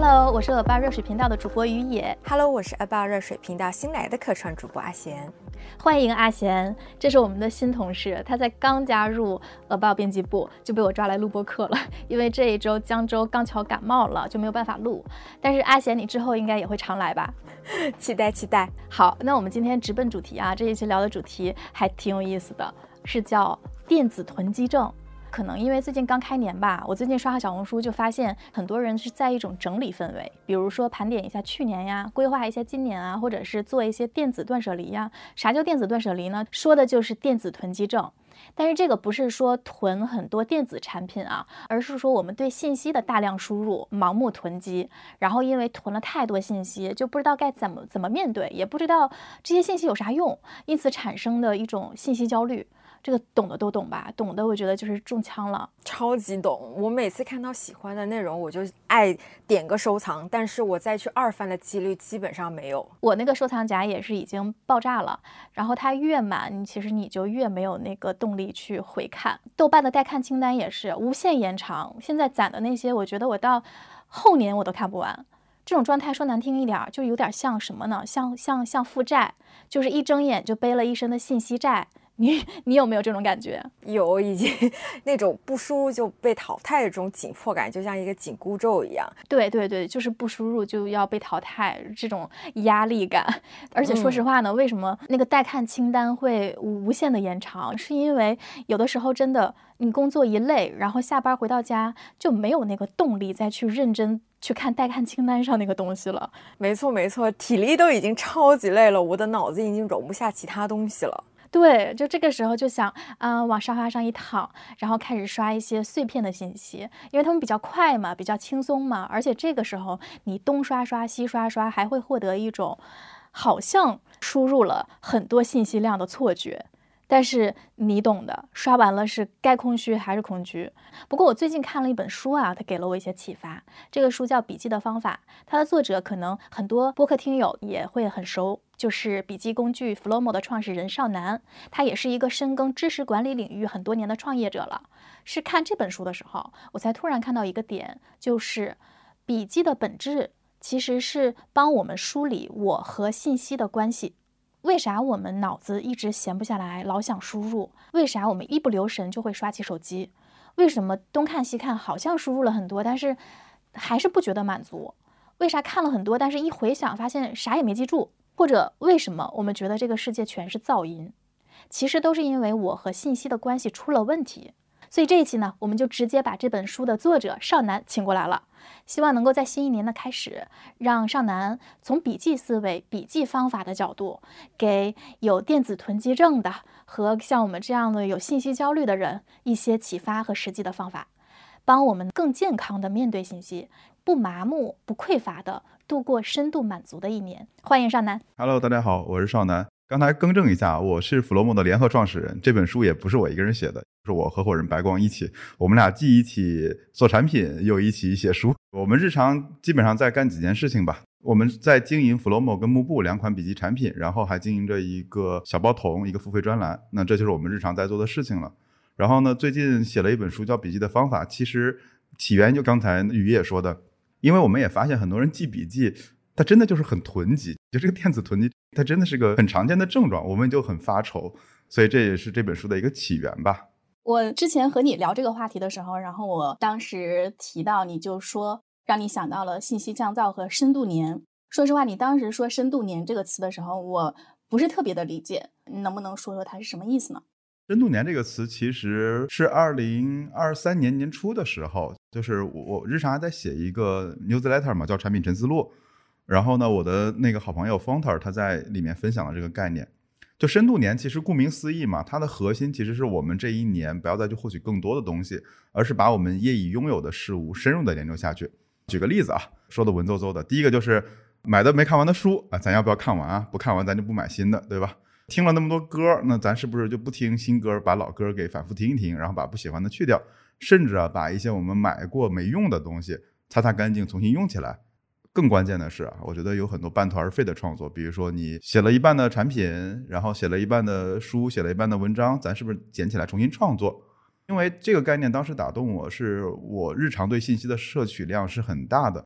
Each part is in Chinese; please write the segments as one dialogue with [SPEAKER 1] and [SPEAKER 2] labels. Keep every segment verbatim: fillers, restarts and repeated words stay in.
[SPEAKER 1] Hello， 我是鹅爸热水频道的主播于野。
[SPEAKER 2] Hello， 我是鹅爸热水频道新来的客串主播阿贤。
[SPEAKER 1] 欢迎阿贤，这是我们的新同事，他在刚加入鹅爸编辑部就被我抓来录播课了，因为这一周江州刚巧感冒了，就没有办法录。但是阿贤，你之后应该也会常来吧？
[SPEAKER 2] 期待期待。
[SPEAKER 1] 好，那我们今天直奔主题啊，这一期聊的主题还挺有意思的，是叫电子囤积症。可能因为最近刚开年吧，我最近刷小红书就发现很多人是在一种整理氛围，比如说盘点一下去年呀，规划一下今年啊，或者是做一些电子断舍离呀。啥叫电子断舍离呢？说的就是电子囤积症。但是这个不是说囤很多电子产品啊，而是说我们对信息的大量输入，盲目囤积，然后因为囤了太多信息，就不知道该怎么怎么面对，也不知道这些信息有啥用，因此产生的一种信息焦虑。这个懂的都懂吧？懂的我觉得就是中枪了，
[SPEAKER 2] 超级懂。我每次看到喜欢的内容，我就爱点个收藏，但是我再去二翻的几率基本上没有。
[SPEAKER 1] 我那个收藏夹也是已经爆炸了，然后它越满，其实你就越没有那个动力去回看。豆瓣的待看清单也是无限延长，现在攒的那些，我觉得我到后年我都看不完。这种状态说难听一点，就有点像什么呢？像像像负债，就是一睁眼就背了一身的信息债。你你有没有这种感觉？
[SPEAKER 2] 有，已经那种不输入就被淘汰的这种紧迫感，就像一个紧箍咒一样。
[SPEAKER 1] 对对对，就是不输入就要被淘汰，这种压力感。而且说实话呢，嗯、为什么那个待看清单会无限的延长？是因为有的时候真的你工作一累，然后下班回到家就没有那个动力再去认真去看待看清单上那个东西了。
[SPEAKER 2] 没错没错，体力都已经超级累了，我的脑子已经容不下其他东西了。
[SPEAKER 1] 对，就这个时候就想，嗯、呃，往沙发上一躺，然后开始刷一些碎片的信息，因为他们比较快嘛，比较轻松嘛，而且这个时候你东刷刷西刷刷，还会获得一种好像输入了很多信息量的错觉。但是你懂的，刷完了是该空虚还是空虚。不过我最近看了一本书啊，它给了我一些启发。这个书叫《笔记的方法》，它的作者可能很多播客听友也会很熟，就是笔记工具 Flomo 的创始人邵楠。他也是一个深耕知识管理领域很多年的创业者了。是看这本书的时候，我才突然看到一个点，就是笔记的本质其实是帮我们梳理我和信息的关系。为啥我们脑子一直闲不下来，老想输入？为啥我们一不留神就会刷起手机？为什么东看西看，好像输入了很多，但是还是不觉得满足？为啥看了很多，但是一回想发现啥也没记住？或者为什么我们觉得这个世界全是噪音？其实都是因为我和信息的关系出了问题。所以这一期呢，我们就直接把这本书的作者邵楠请过来了，希望能够在新一年的开始，让邵楠从笔记思维、笔记方法的角度，给有电子囤积症的和像我们这样的有信息焦虑的人一些启发和实际的方法，帮我们更健康的面对信息，不麻木、不匮乏的度过深度满足的一年。欢迎邵楠。
[SPEAKER 3] Hello， 大家好，我是邵楠。刚才更正一下，我是 Flomo 的联合创始人，这本书也不是我一个人写的，是我合伙人白光一起，我们俩既一起做产品，又一起写书。我们日常基本上在干几件事情吧，我们在经营 Flomo 跟幕布两款笔记产品，然后还经营着一个小包童，一个付费专栏，那这就是我们日常在做的事情了。然后呢，最近写了一本书叫《笔记的方法》，其实起源就刚才雨也说的，因为我们也发现很多人记笔记它真的就是很囤积，就这个电子囤积它真的是个很常见的症状，我们就很发愁，所以这也是这本书的一个起源吧。
[SPEAKER 1] 我之前和你聊这个话题的时候，然后我当时提到你就说让你想到了信息降噪和深度年。说实话，你当时说深度年这个词的时候，我不是特别的理解，你能不能说说它是什么意思呢？
[SPEAKER 3] 深度年这个词其实是二零二三年年初的时候，就是我日常还在写一个 newsletter 嘛，叫产品沉思录，然后呢，我的那个好朋友 Fonter 他在里面分享了这个概念。就深度年其实顾名思义嘛，它的核心其实是我们这一年不要再去获取更多的东西，而是把我们业已拥有的事物深入的研究下去。举个例子啊，说的文绉绉的，第一个就是买的没看完的书啊，咱要不要看完啊？不看完咱就不买新的，对吧？听了那么多歌，那咱是不是就不听新歌，把老歌给反复听一听，然后把不喜欢的去掉，甚至啊把一些我们买过没用的东西擦擦干净，重新用起来。更关键的是啊，我觉得有很多半途而废的创作，比如说你写了一半的产品，然后写了一半的书，写了一半的文章，咱是不是捡起来重新创作？因为这个概念当时打动我，是我日常对信息的摄取量是很大的，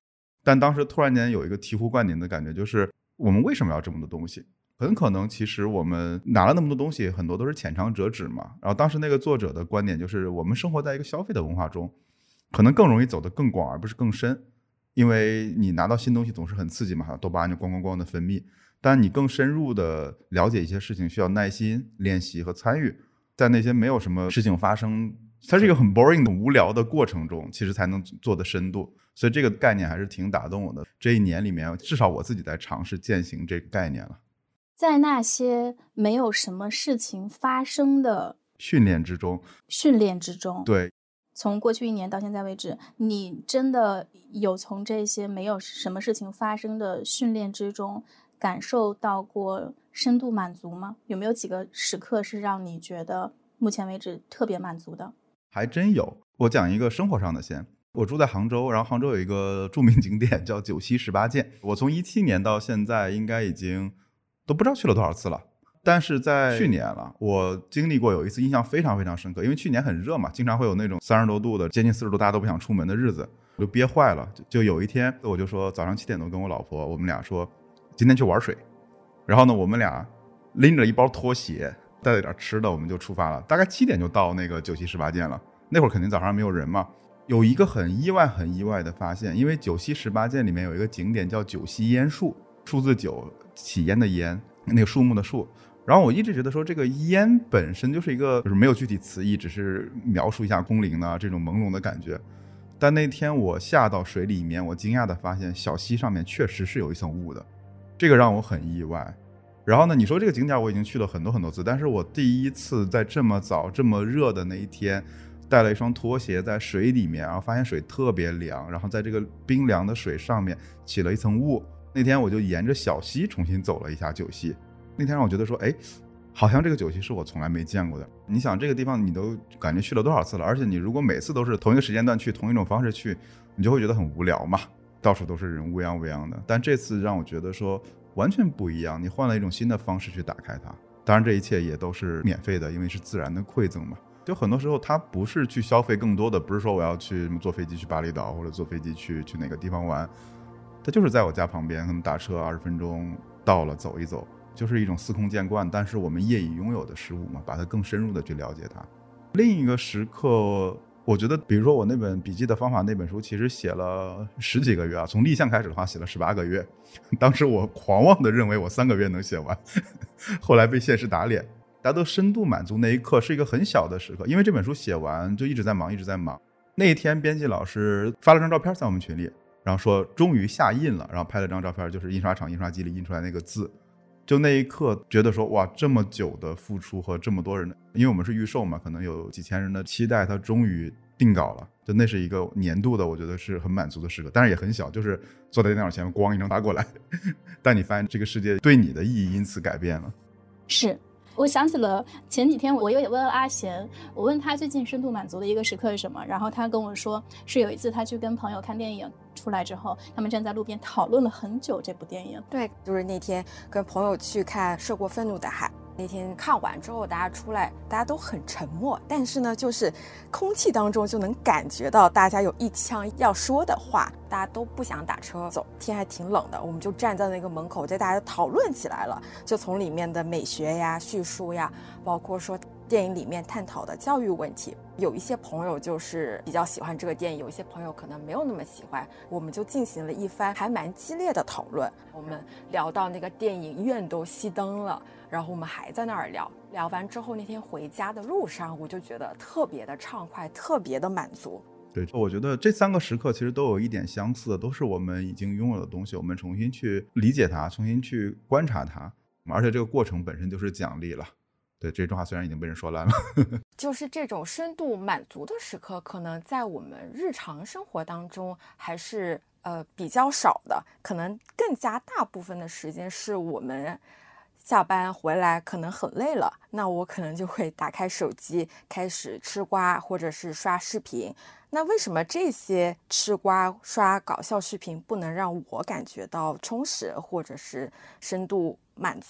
[SPEAKER 3] 但当时突然间有一个醍醐灌顶的感觉，就是我们为什么要这么多东西？很可能其实我们拿了那么多东西，很多都是浅尝辄止嘛。然后当时那个作者的观点就是，我们生活在一个消费的文化中，可能更容易走得更广而不是更深，因为你拿到新东西总是很刺激嘛，多巴胺就咣咣咣的分泌。但你更深入的了解一些事情，需要耐心练习和参与，在那些没有什么事情发生，它是一个很 boring 的无聊的过程中，其实才能做的深度。所以这个概念还是挺打动我的。这一年里面，至少我自己在尝试践行这个概念了。
[SPEAKER 1] 在那些没有什么事情发生的
[SPEAKER 3] 训练之中，
[SPEAKER 1] 训练之中，
[SPEAKER 3] 对，
[SPEAKER 1] 从过去一年到现在为止，你真的有从这些没有什么事情发生的训练之中感受到过深度满足吗？有没有几个时刻是让你觉得目前为止特别满足的？
[SPEAKER 3] 还真有。我讲一个生活上的先。我住在杭州，然后杭州有一个著名景点叫九溪十八涧，我从一七年到现在应该已经都不知道去了多少次了。但是在去年了，我经历过有一次印象非常非常深刻，因为去年很热嘛，经常会有那种三十多度的接近四十度大家都不想出门的日子，我就憋坏了。就有一天我就说，早上七点多跟我老婆我们俩说今天去玩水，然后呢我们俩拎着一包拖鞋带了点吃的，我们就出发了。大概七点就到那个九溪十八涧了，那会儿肯定早上没有人嘛。有一个很意外很意外的发现，因为九溪十八涧里面有一个景点叫九溪烟树，数字九，起烟的烟，那个树木的树。然后我一直觉得说这个烟本身就是一个就是没有具体词义，只是描述一下空灵的这种朦胧的感觉。但那天我下到水里面，我惊讶的发现小溪上面确实是有一层雾的，这个让我很意外。然后呢，你说这个景点我已经去了很多很多次，但是我第一次在这么早这么热的那一天带了一双拖鞋在水里面，然后发现水特别凉，然后在这个冰凉的水上面起了一层雾。那天我就沿着小溪重新走了一下九溪，那天让我觉得说，哎，好像这个九溪是我从来没见过的。你想这个地方你都感觉去了多少次了，而且你如果每次都是同一个时间段去，同一种方式去，你就会觉得很无聊嘛，到处都是人乌泱乌泱的。但这次让我觉得说完全不一样，你换了一种新的方式去打开它。当然这一切也都是免费的，因为是自然的馈赠嘛。就很多时候它不是去消费更多的，不是说我要去坐飞机去巴厘岛或者坐飞机去去哪个地方玩，它就是在我家旁边，可能打车二十分钟到了，走一走，就是一种司空见惯但是我们业已拥有的事物嘛，把它更深入的去了解它。另一个时刻我觉得比如说我那本笔记的方法那本书其实写了十几个月啊，从立项开始的话写了十八个月，当时我狂妄的认为我三个月能写完，后来被现实打脸。大家都深度满足那一刻是一个很小的时刻，因为这本书写完就一直在忙一直在忙。那一天编辑老师发了张照片在我们群里，然后说终于下印了，然后拍了张照片，就是印刷厂印刷机里印出来那个字。就那一刻觉得说哇，这么久的付出和这么多人的，因为我们是预售嘛，可能有几千人的期待，它终于定稿了，就那是一个年度的我觉得是很满足的时刻。当然也很小，就是坐在电脑前咣一张打过来，但你发现这个世界对你的意义因此改变了。
[SPEAKER 1] 是，我想起了前几天我也问了阿贤，我问他最近深度满足的一个时刻是什么，然后他跟我说是有一次他去跟朋友看电影，出来之后他们站在路边讨论了很久这部电影。
[SPEAKER 2] 对，就是那天跟朋友去看《涉过愤怒的海》，那天看完之后大家出来大家都很沉默，但是呢就是空气当中就能感觉到大家有一腔要说的话，大家都不想打车走，天还挺冷的，我们就站在那个门口，在大家讨论起来了，就从里面的美学呀叙述呀，包括说电影里面探讨的教育问题。有一些朋友就是比较喜欢这个电影，有一些朋友可能没有那么喜欢，我们就进行了一番还蛮激烈的讨论。我们聊到那个电影院都熄灯了，然后我们还在那儿聊，聊完之后那天回家的路上我就觉得特别的畅快，特别的满足。
[SPEAKER 3] 对，我觉得这三个时刻其实都有一点相似的，都是我们已经拥有的东西，我们重新去理解它，重新去观察它，而且这个过程本身就是奖励了。对，这句话虽然已经被人说烂了
[SPEAKER 2] 就是这种深度满足的时刻可能在我们日常生活当中还是呃比较少的，可能更加大部分的时间是我们下班回来可能很累了，那我可能就会打开手机开始吃瓜或者是刷视频。那为什么这些吃瓜刷搞笑视频不能让我感觉到充实或者是深度满足？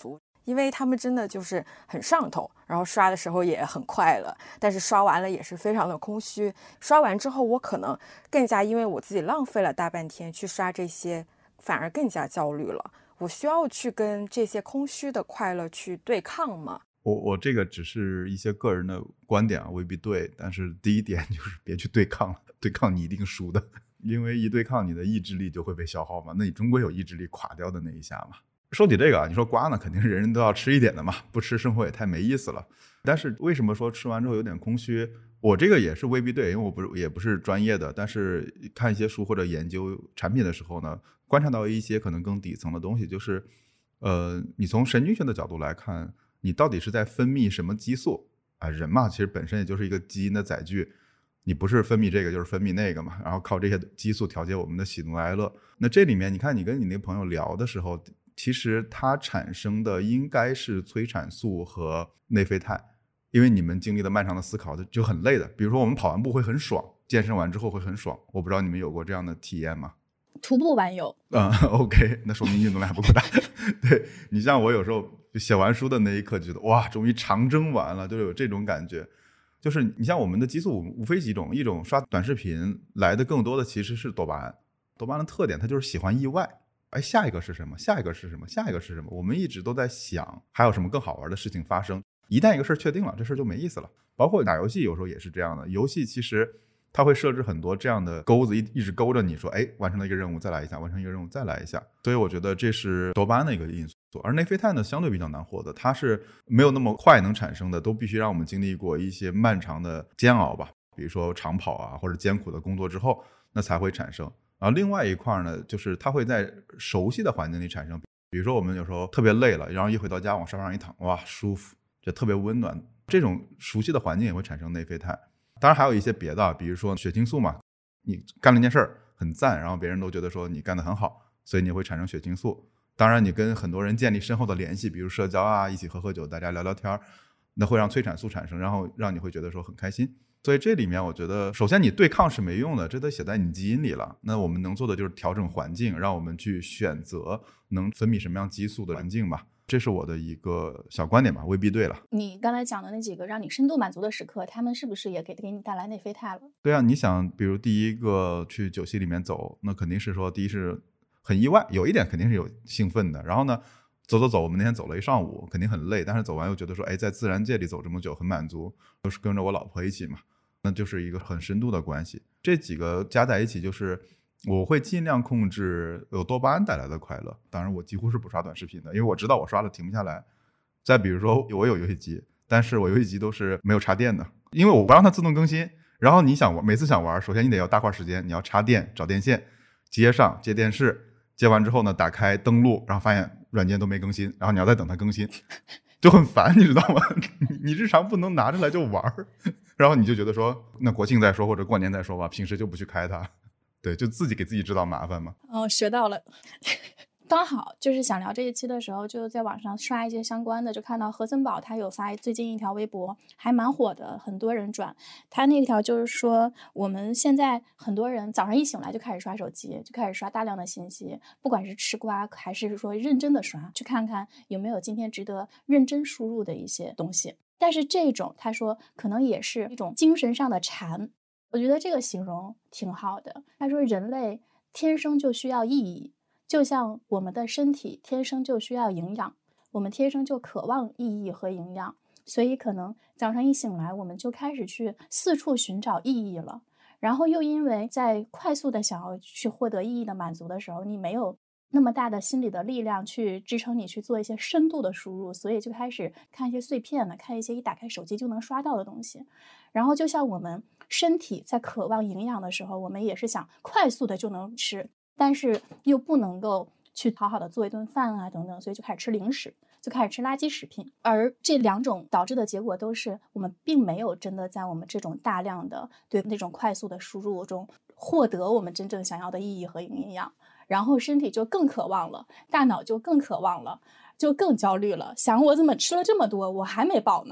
[SPEAKER 2] 因为他们真的就是很上头，然后刷的时候也很快乐，但是刷完了也是非常的空虚。刷完之后我可能更加因为我自己浪费了大半天去刷这些，反而更加焦虑了。我需要去跟这些空虚的快乐去对抗吗？
[SPEAKER 3] 我我这个只是一些个人的观点啊，未必对。但是第一点就是别去对抗了，对抗你一定输的，因为一对抗你的意志力就会被消耗嘛，那你终归有意志力垮掉的那一下嘛。说起这个啊，你说瓜呢，肯定是人人都要吃一点的嘛，不吃生活也太没意思了。但是为什么说吃完之后有点空虚？我这个也是未必对，因为我不是也不是专业的，但是看一些书或者研究产品的时候呢，观察到一些可能更底层的东西，就是呃，你从神经学的角度来看，你到底是在分泌什么激素啊？人嘛，其实本身也就是一个基因的载具，你不是分泌这个就是分泌那个嘛，然后靠这些激素调节我们的喜怒哀乐。那这里面你看，你跟你那个朋友聊的时候，其实它产生的应该是催产素和内啡肽，因为你们经历了漫长的思考就很累的。比如说我们跑完步会很爽，健身完之后会很爽，我不知道你们有过这样的体验吗？
[SPEAKER 1] 徒步完有。
[SPEAKER 3] 嗯 OK， 那说明运动量还不够大。对，你像我有时候写完书的那一刻觉得哇终于长征完了，就有这种感觉。就是你像我们的激素无非几种，一种刷短视频来的更多的其实是多巴胺。多巴胺的特点它就是喜欢意外，哎，下一个是什么，下一个是什么，下一个是什么，我们一直都在想还有什么更好玩的事情发生。一旦一个事儿确定了，这事儿就没意思了。包括打游戏有时候也是这样的，游戏其实它会设置很多这样的钩子，一一直勾着你说，哎，完成了一个任务再来一下，完成一个任务再来一下。所以我觉得这是多巴胺的一个因素。而内啡肽呢相对比较难获得，它是没有那么快能产生的，都必须让我们经历过一些漫长的煎熬吧，比如说长跑啊或者艰苦的工作之后，那才会产生。然后另外一块呢，就是它会在熟悉的环境里产生，比如说我们有时候特别累了，然后一回到家往沙发上一躺，哇舒服，就特别温暖，这种熟悉的环境也会产生内啡肽。当然还有一些别的，比如说血清素嘛，你干了一件事儿很赞，然后别人都觉得说你干得很好，所以你会产生血清素。当然你跟很多人建立深厚的联系，比如社交啊，一起喝喝酒，大家聊聊天，那会让催产素产生，然后让你会觉得说很开心。所以这里面我觉得首先你对抗是没用的，这都写在你基因里了。那我们能做的就是调整环境，让我们去选择能分泌什么样激素的环境吧。这是我的一个小观点吧，未必对了。
[SPEAKER 1] 你刚才讲的那几个让你深度满足的时刻，他们是不是也给给你带来内啡肽了？
[SPEAKER 3] 对啊，你想比如第一个去酒席里面走，那肯定是说第一是很意外，有一点肯定是有兴奋的，然后呢走走走，我们那天走了一上午，肯定很累，但是走完又觉得说，哎，在自然界里走这么久很满足，都是跟着我老婆一起嘛，那就是一个很深度的关系。这几个加在一起，就是我会尽量控制有多巴胺带来的快乐。当然我几乎是不刷短视频的，因为我知道我刷了停不下来。再比如说我有游戏机，但是我游戏机都是没有插电的，因为我不让它自动更新。然后你想玩，每次想玩，首先你得要大块时间，你要插电，找电线，接上，接电视，接完之后呢，打开登录，然后发现软件都没更新，然后你要再等它更新，就很烦，你知道吗？你日常不能拿着来就玩，然后你就觉得说，那国庆再说或者过年再说吧，平时就不去开它，对，就自己给自己制造麻烦嘛。
[SPEAKER 1] 哦，学到了。刚好就是想聊这一期的时候，就在网上刷一些相关的，就看到何森堡他有发最近一条微博，还蛮火的，很多人转。他那条就是说，我们现在很多人早上一醒来就开始刷手机，就开始刷大量的信息，不管是吃瓜还是说认真的刷，去看看有没有今天值得认真输入的一些东西。但是这种他说可能也是一种精神上的馋，我觉得这个形容挺好的。他说人类天生就需要意义，就像我们的身体天生就需要营养，我们天生就渴望意义和营养，所以可能早上一醒来我们就开始去四处寻找意义了。然后又因为在快速的想要去获得意义的满足的时候，你没有那么大的心理的力量去支撑你去做一些深度的输入，所以就开始看一些碎片的，看一些一打开手机就能刷到的东西。然后就像我们身体在渴望营养的时候，我们也是想快速的就能吃，但是又不能够去好好的做一顿饭啊等等，所以就开始吃零食，就开始吃垃圾食品。而这两种导致的结果都是我们并没有真的在我们这种大量的对那种快速的输入中获得我们真正想要的意义和营养，然后身体就更渴望了，大脑就更渴望了，就更焦虑了，想我怎么吃了这么多我还没饱呢，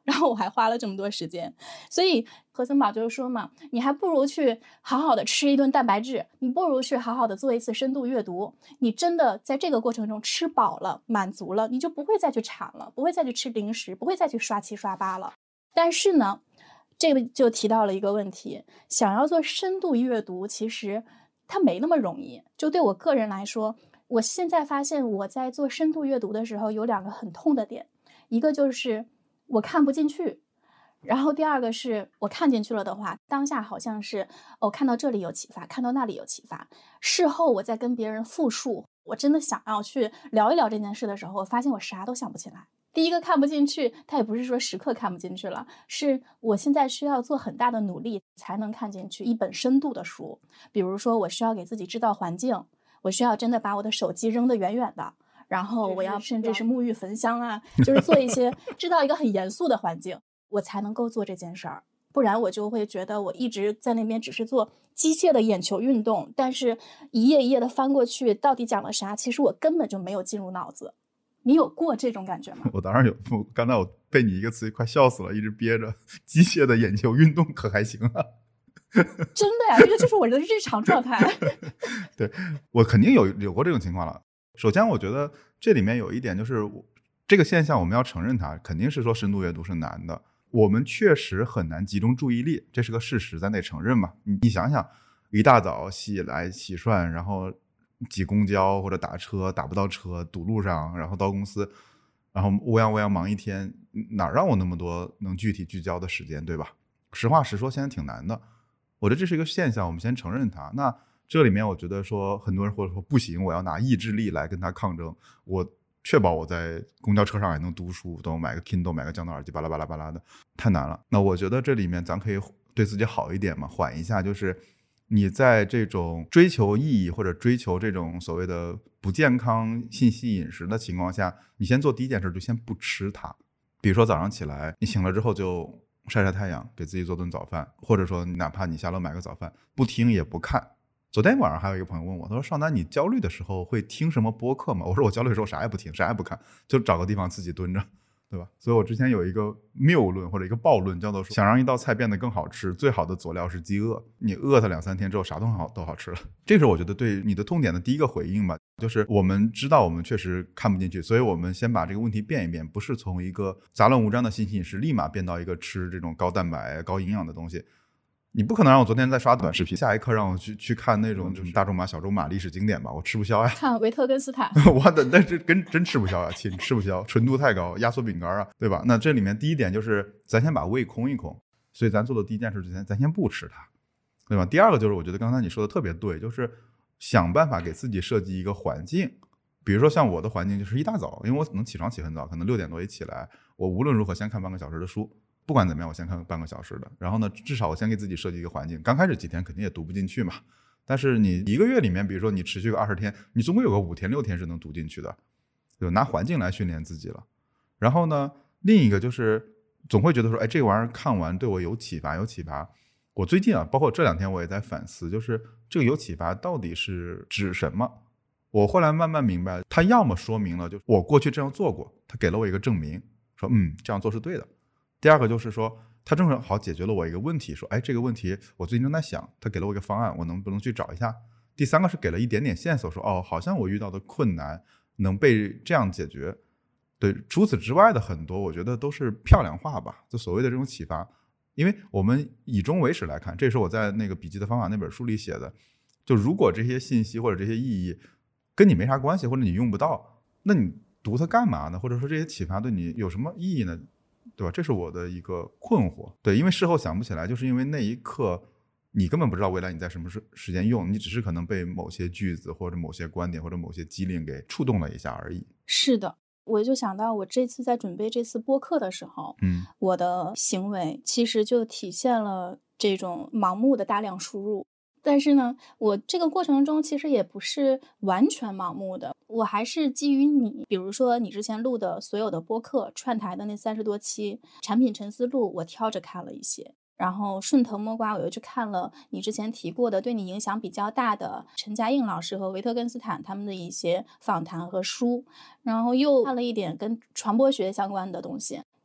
[SPEAKER 1] 然后我还花了这么多时间。所以何森堡就是说嘛，你还不如去好好的吃一顿蛋白质，你不如去好好的做一次深度阅读。你真的在这个过程中吃饱了满足了，你就不会再去馋了，不会再去吃零食，不会再去刷七刷八了。但是呢，这个就提到了一个问题，想要做深度阅读，其实它没那么容易。就对我个人来说，我现在发现我在做深度阅读的时候有两个很痛的点，一个就是我看不进去，然后第二个是我看进去了的话，当下好像是哦，看到这里有启发，看到那里有启发，事后我在跟别人复述，我真的想要去聊一聊这件事的时候，我发现我啥都想不起来。第一个看不进去，它也不是说时刻看不进去了，是我现在需要做很大的努力才能看进去一本深度的书。比如说我需要给自己制造环境，我需要真的把我的手机扔得远远的，然后我要甚至是沐浴焚香啊，就是做一些制造一个很严肃的环境，我才能够做这件事儿。不然我就会觉得我一直在那边只是做机械的眼球运动，但是一页一页的翻过去到底讲了啥，其实我根本就没有进入脑子。你有过这种感觉吗？
[SPEAKER 3] 我当然有，刚才我被你一个词快笑死了，一直憋着。机械的眼球运动可还行啊？
[SPEAKER 1] 真的呀，这个就是我的日常状态。
[SPEAKER 3] 对，我肯定有有过这种情况了。首先我觉得这里面有一点就是这个现象我们要承认它，肯定是说深度阅读是难的，我们确实很难集中注意力，这是个事实，咱得承认嘛。你你想想，一大早起来洗涮，然后挤公交或者打车打不到车，堵路上，然后到公司，然后乌泱乌泱忙一天，哪让我那么多能具体聚焦的时间，对吧？实话实说，现在挺难的。我觉得这是一个现象，我们先承认它。那这里面我觉得说很多人或者说不行，我要拿意志力来跟他抗争，我确保我在公交车上也能读书，等我买个 Kindle 买个降噪耳机巴拉巴拉巴拉的，太难了。那我觉得这里面咱可以对自己好一点嘛，缓一下，就是你在这种追求意义或者追求这种所谓的不健康信息饮食的情况下，你先做第一件事就先不吃它。比如说早上起来你醒了之后就晒晒太阳，给自己做顿早饭，或者说哪怕你下楼买个早饭，不听也不看。昨天晚上还有一个朋友问我，他说少南你焦虑的时候会听什么播客吗？我说我焦虑的时候啥也不听，啥也不看，就找个地方自己蹲着，对吧？所以我之前有一个谬论或者一个暴论，叫做说想让一道菜变得更好吃，最好的佐料是饥饿。你饿它两三天之后啥都好都好吃了。这是我觉得对你的痛点的第一个回应吧，就是我们知道我们确实看不进去，所以我们先把这个问题变一变，不是从一个杂乱无章的信息饮食立马变到一个吃这种高蛋白高营养的东西。你不可能让我昨天在刷短视频，下一刻让我去去看那种什么大仲马小仲马历史经典吧，我吃不消呀。
[SPEAKER 1] 看维特根斯坦
[SPEAKER 3] 我的那这跟真吃不消呀，亲，吃不消，纯度太高，压缩饼干啊，对吧？那这里面第一点就是咱先把胃空一空，所以咱做的第一件事之前咱先不吃它，对吧？第二个就是我觉得刚才你说的特别对，就是想办法给自己设计一个环境。比如说像我的环境就是一大早，因为我能起床起很早，可能六点多一起来，我无论如何先看半个小时的书，不管怎么样我先看半个小时的，然后呢至少我先给自己设计一个环境。刚开始几天肯定也读不进去嘛，但是你一个月里面比如说你持续个二十天，你总归有个五天六天是能读进去的，就拿环境来训练自己了。然后呢另一个就是总会觉得说哎，这个玩意儿看完对我有启发有启发。我最近啊包括这两天我也在反思，就是这个有启发到底是指什么。我后来慢慢明白，它要么说明了就我过去这样做过，它给了我一个证明，说嗯这样做是对的。第二个就是说它正好解决了我一个问题，说哎这个问题我最近正在想，它给了我一个方案，我能不能去找一下。第三个是给了一点点线索，说哦好像我遇到的困难能被这样解决。对，除此之外的很多我觉得都是漂亮话吧，就所谓的这种启发。因为我们以终为始来看，这是我在那个笔记的方法那本书里写的，就如果这些信息或者这些意义跟你没啥关系，或者你用不到，那你读它干嘛呢？或者说这些启发对你有什么意义呢？对吧？这是我的一个困惑。对，因为事后想不起来，就是因为那一刻你根本不知道未来你在什么时间用，你只是可能被某些句子或者某些观点或者某些机灵给触动了一下而已。
[SPEAKER 1] 是的，我就想到我这次在准备这次播客的时候，
[SPEAKER 3] 嗯，
[SPEAKER 1] 我的行为其实就体现了这种盲目的大量输入。但是呢我这个过程中其实也不是完全盲目的，我还是基于你比如说你之前录的所有的播客串台的那三十多期产品沉思录，我挑着看了一些，然后顺藤摸瓜我又去看了你之前提过的对你影响比较大的陈嘉映老师和维特根斯坦他们的一些访谈和书，然后又看了一点跟传播学相关的东西。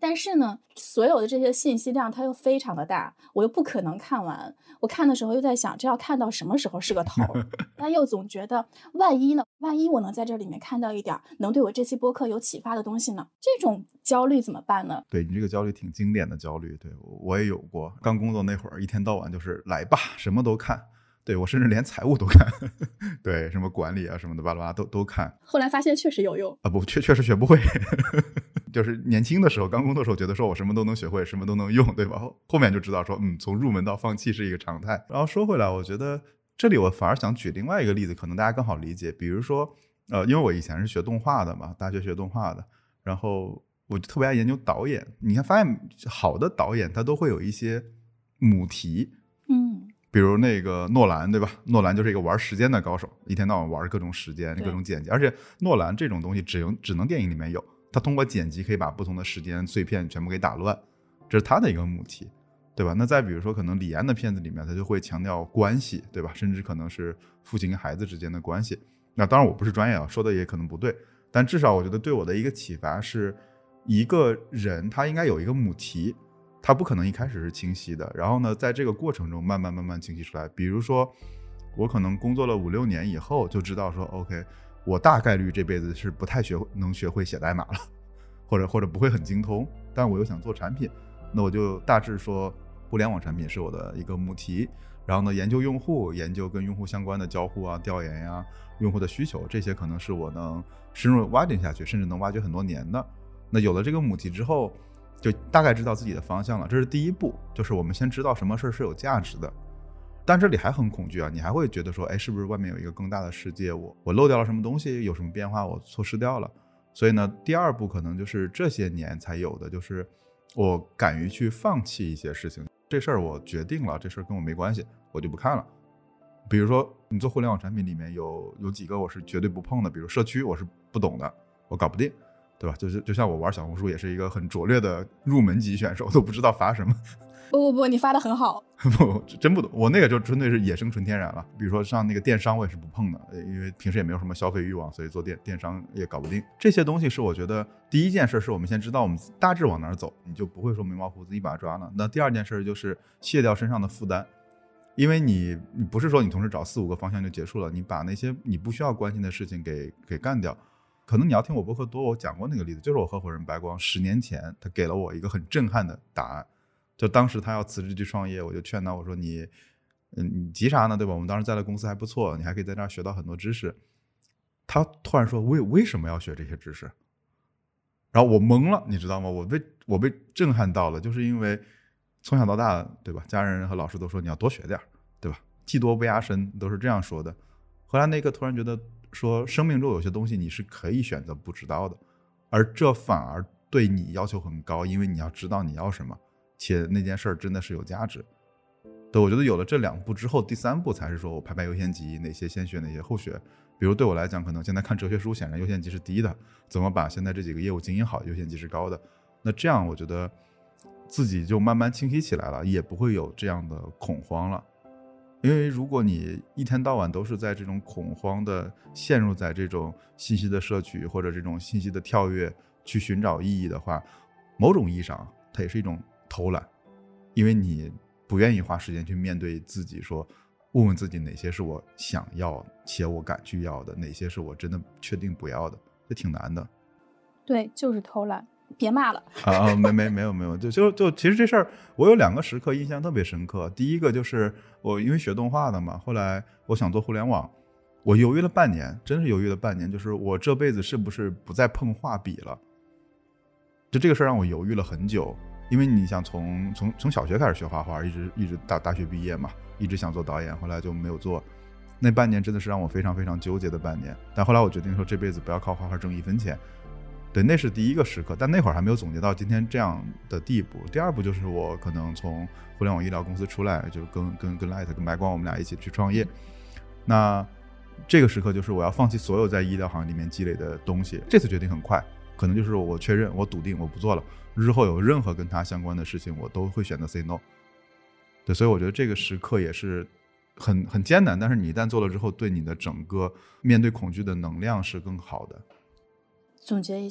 [SPEAKER 4] 但是呢，所有的这些信息量它又非常的大，我又不可能看完。我看的时候又在想，这要看到什么时候是个头？但又总觉得，万一呢？万一我能在这里面看到一点能对我这期播客有启发的东西呢？这种焦虑怎么办呢？
[SPEAKER 3] 对，你这个焦虑挺经典的焦虑，对，我也有过。刚工作那会儿，一天到晚就是来吧，什么都看。对，我甚至连财务都看，对，什么管理啊什么的巴拉巴拉都都看。
[SPEAKER 4] 后来发现确实有用
[SPEAKER 3] 啊，不，确确实学不会。就是年轻的时候，刚工作的时候，觉得说我什么都能学会，什么都能用，对吧？后面就知道说，嗯，从入门到放弃是一个常态。然后说回来，我觉得这里我反而想举另外一个例子，可能大家更好理解。比如说，呃，因为我以前是学动画的嘛，大学学动画的，然后我就特别爱研究导演。你看，发现好的导演他都会有一些母题，
[SPEAKER 4] 嗯。
[SPEAKER 3] 比如那个诺兰，对吧？诺兰就是一个玩时间的高手，一天到晚玩各种时间、各种剪辑。而且诺兰这种东西只能只能电影里面有，他通过剪辑可以把不同的时间碎片全部给打乱，这是他的一个母题，对吧？那再比如说，可能李安的片子里面，他就会强调关系，对吧？甚至可能是父亲跟孩子之间的关系。那当然我不是专业啊，说的也可能不对，但至少我觉得对我的一个启发是，一个人他应该有一个母题。它不可能一开始是清晰的，然后呢，在这个过程中慢慢慢慢清晰出来。比如说，我可能工作了五六年以后，就知道说 ，OK， 我大概率这辈子是不太学能学会写代码了，或者或者不会很精通，但我又想做产品，那我就大致说，互联网产品是我的一个母题，然后呢，研究用户，研究跟用户相关的交互啊、调研呀、啊、用户的需求，这些可能是我能深入挖掘下去，甚至能挖掘很多年的。那有了这个母题之后，就大概知道自己的方向了，这是第一步，就是我们先知道什么事是有价值的。但这里还很恐惧啊，你还会觉得说，哎，是不是外面有一个更大的世界，我我漏掉了什么东西，有什么变化我错失掉了。所以呢，第二步可能就是这些年才有的，就是我敢于去放弃一些事情，这事儿我决定了，这事儿跟我没关系，我就不看了。比如说你做互联网产品里面有有几个我是绝对不碰的，比如社区我是不懂的，我搞不定，对吧？就是就像我玩小红书也是一个很拙劣的入门级选手，都不知道发什么。
[SPEAKER 4] 不不不，你发的很好。
[SPEAKER 3] 不，真不懂。我那个就纯粹是野生纯天然了。比如说像那个电商，我也是不碰的，因为平时也没有什么消费欲望，所以做电电商也搞不定。这些东西是我觉得第一件事是我们先知道我们大致往哪儿走，你就不会说眉毛胡子一把抓了。那第二件事就是卸掉身上的负担，因为你你不是说你同时找四五个方向就结束了，你把那些你不需要关心的事情给给干掉。可能你要听我播客多，我讲过那个例子，就是我合伙人白光十年前他给了我一个很震撼的答案。就当时他要辞职去创业，我就劝他，我说你嗯你急啥呢，对吧？我们当时在的公司还不错，你还可以在这儿学到很多知识。他突然说为为什么要学这些知识？然后我懵了，你知道吗？我被我被震撼到了，就是因为从小到大，对吧？家人和老师都说你要多学点，对吧？技多不压身，都是这样说的。后来那个突然觉得说，生命中有些东西你是可以选择不知道的，而这反而对你要求很高，因为你要知道你要什么，且那件事儿真的是有价值。对，我觉得有了这两步之后，第三步才是说我排排优先级，哪些先学，哪些后学。比如对我来讲，可能现在看哲学书，显然优先级是低的，怎么把现在这几个业务经营好，优先级是高的。那这样我觉得自己就慢慢清晰起来了，也不会有这样的恐慌了。因为如果你一天到晚都是在这种恐慌的陷入在这种信息的摄取或者这种信息的跳跃去寻找意义的话，某种意义上它也是一种偷懒，因为你不愿意花时间去面对自己，说问问自己哪些是我想要且我敢去要的，哪些是我真的确定不要的，这挺难的。
[SPEAKER 4] 对，就是偷懒。别骂了
[SPEAKER 3] 啊！没没没有没有，就就就其实这事儿我有两个时刻印象特别深刻。第一个就是我因为学动画的嘛，后来我想做互联网，我犹豫了半年，真是犹豫了半年，就是我这辈子是不是不再碰画笔了？就这个事儿让我犹豫了很久，因为你想从从从小学开始学画画，一直一直到大学毕业嘛，一直想做导演，后来就没有做。那半年真的是让我非常非常纠结的半年。但后来我决定说这辈子不要靠画画挣一分钱。对，那是第一个时刻，但那会儿还没有总结到今天这样的地步。第二步就是我可能从互联网医疗公司出来，就跟跟跟 Light 跟白光我们俩一起去创业。那这个时刻就是我要放弃所有在医疗行业里面积累的东西。这次决定很快，可能就是我确认，我笃定我不做了，日后有任何跟他相关的事情，我都会选择 say no。对，所以我觉得这个时刻也是很很艰难，但是你一旦做了之后，对你的整个面对恐惧的能量是更好的。
[SPEAKER 4] 总结一下，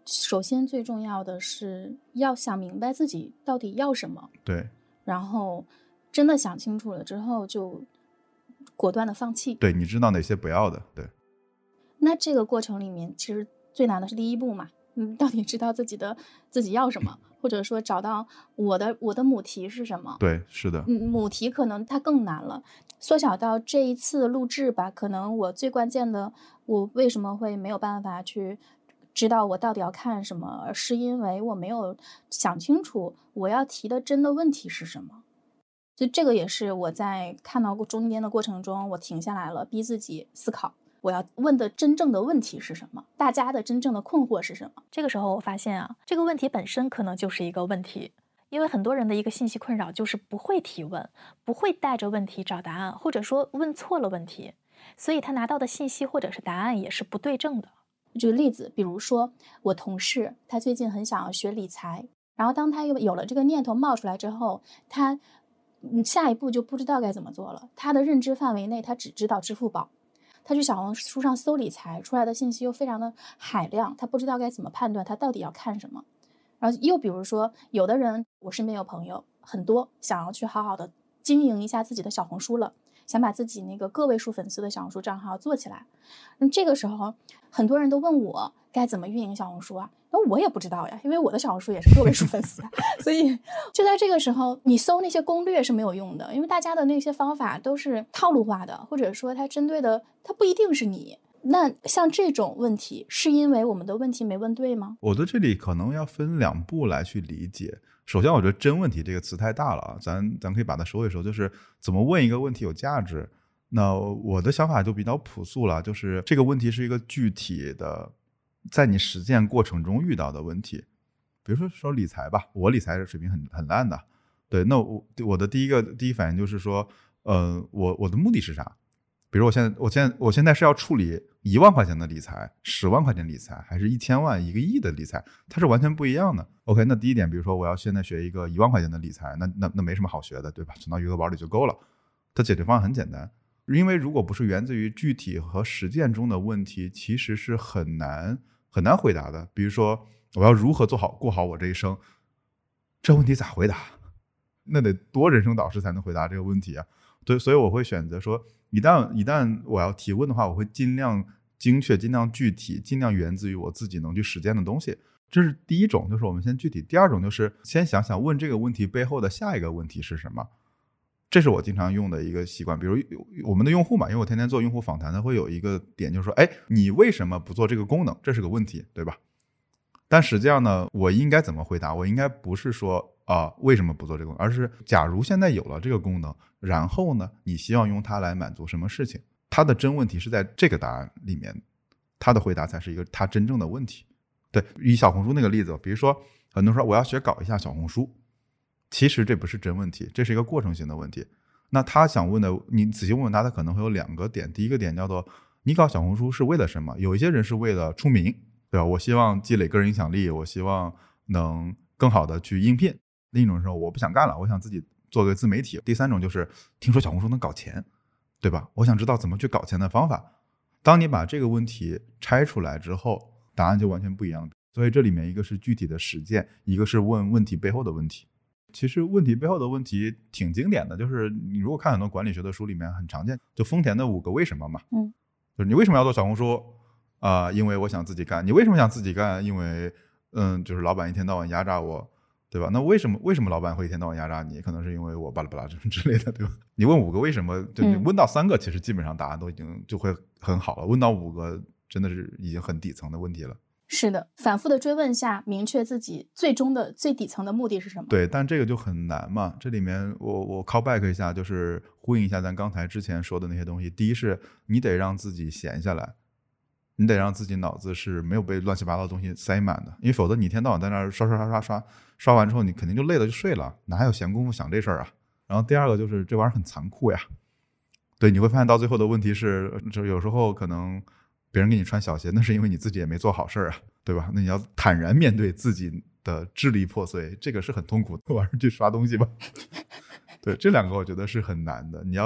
[SPEAKER 4] 首先最重要的是要想明白自己到底要什么，
[SPEAKER 3] 对，
[SPEAKER 4] 然后真的想清楚了之后就果断的放弃。
[SPEAKER 3] 对，你知道哪些不要的。对，
[SPEAKER 4] 那这个过程里面其实最难的是第一步嘛，嗯，到底知道自己的自己要什么，或者说找到我的我的母题是什么。
[SPEAKER 3] 对，是的，
[SPEAKER 4] 嗯，母题可能它更难了。缩小到这一次录制吧，可能我最关键的，我为什么会没有办法去知道我到底要看什么，是因为我没有想清楚我要提的真的问题是什么。所以这个也是我在看到中间的过程中，我停下来了，逼自己思考我要问的真正的问题是什么，大家的真正的困惑是什么。
[SPEAKER 1] 这个时候我发现啊，这个问题本身可能就是一个问题。因为很多人的一个信息困扰就是不会提问，不会带着问题找答案，或者说问错了问题，所以他拿到的信息或者是答案也是不对症的。
[SPEAKER 4] 举个例子，比如说我同事他最近很想要学理财，然后当他有有了这个念头冒出来之后，他下一步就不知道该怎么做了。他的认知范围内他只知道支付宝，他去小红书上搜理财出来的信息又非常的海量，他不知道该怎么判断他到底要看什么。然后又比如说有的人，我身边有朋友很多想要去好好的经营一下自己的小红书了，想把自己那个个位数粉丝的小红书账号做起来。那这个时候很多人都问我该怎么运营小红书啊，那我也不知道呀，因为我的小红书也是个位数粉丝啊。所以就在这个时候，你搜那些攻略是没有用的，因为大家的那些方法都是套路化的，或者说它针对的它不一定是你。那像这种问题是因为我们的问题没问对吗？
[SPEAKER 3] 我的这里可能要分两步来去理解。首先我觉得真问题这个词太大了啊，咱咱可以把它收一收，就是怎么问一个问题有价值。那我的想法就比较朴素了，就是这个问题是一个具体的在你实践过程中遇到的问题。比如说说理财吧，我理财水平很很烂的，对，那我我的第一个第一反应就是说呃我我的目的是啥？比如我现在我现在我现在是要处理一万块钱的理财，十万块钱理财，还是一千万一个亿的理财，它是完全不一样的。 OK， 那第一点，比如说我要现在学一个一万块钱的理财，那那那没什么好学的，对吧？存到余额宝里就够了。它解决方案很简单，因为如果不是源自于具体和实践中的问题，其实是很难很难回答的。比如说我要如何做好过好我这一生，这问题咋回答？那得多人生导师才能回答这个问题啊。对，所以我会选择说，一旦一旦我要提问的话，我会尽量精确、尽量具体、尽量源自于我自己能去实践的东西。这是第一种，就是我们先具体。第二种就是先想想问这个问题背后的下一个问题是什么。这是我经常用的一个习惯。比如我们的用户嘛，因为我天天做用户访谈，它会有一个点就是说，哎，你为什么不做这个功能？这是个问题，对吧？但实际上呢，我应该怎么回答？我应该不是说啊、呃、为什么不做这个功能，而是假如现在有了这个功能，然后呢，你希望用它来满足什么事情？它的真问题是在这个答案里面，它的回答才是一个它真正的问题。对，以小红书那个例子，比如说很多人说我要学搞一下小红书，其实这不是真问题，这是一个过程性的问题。那他想问的，你仔细问问他，他可能会有两个点。第一个点叫做你搞小红书是为了什么？有一些人是为了出名，对吧？我希望积累个人影响力，我希望能更好的去应聘。另一种是我不想干了，我想自己做个自媒体。第三种就是听说小红书能搞钱，对吧？我想知道怎么去搞钱的方法。当你把这个问题拆出来之后，答案就完全不一样了。所以这里面一个是具体的实践，一个是问问题背后的问题。其实问题背后的问题挺经典的，就是你如果看很多管理学的书里面很常见，就丰田的五个为什么嘛。
[SPEAKER 4] 嗯，
[SPEAKER 3] 就是你为什么要做小红书啊、呃？因为我想自己干。你为什么想自己干？因为嗯，就是老板一天到晚压榨我，对吧？那为什么为什么老板会一天到晚压榨你？可能是因为我巴拉巴拉之类的，对吧？你问五个为什么，就你问到三个，其实基本上答案都已经就会很好了。问到五个，真的是已经很底层的问题了。
[SPEAKER 4] 是的，反复的追问下，明确自己最终的最底层的目的是什么。
[SPEAKER 3] 对，但这个就很难嘛。这里面我我 call back 一下，就是呼应一下咱刚才之前说的那些东西。第一是你得让自己闲下来，你得让自己脑子是没有被乱七八糟的东西塞满的，因为否则你一天到晚在那儿刷刷刷刷刷，刷完之后你肯定就累了就睡了，哪有闲工夫想这事儿啊？然后第二个就是这玩意儿很残酷呀。对，你会发现到最后的问题是，就有时候可能别人给你穿小鞋，那是因为你自己也没做好事儿啊，对吧？那你要坦然面对自己的支离破碎，这个是很痛苦的。晚上去刷东西吧。对，这两个我觉得是很难的。你要有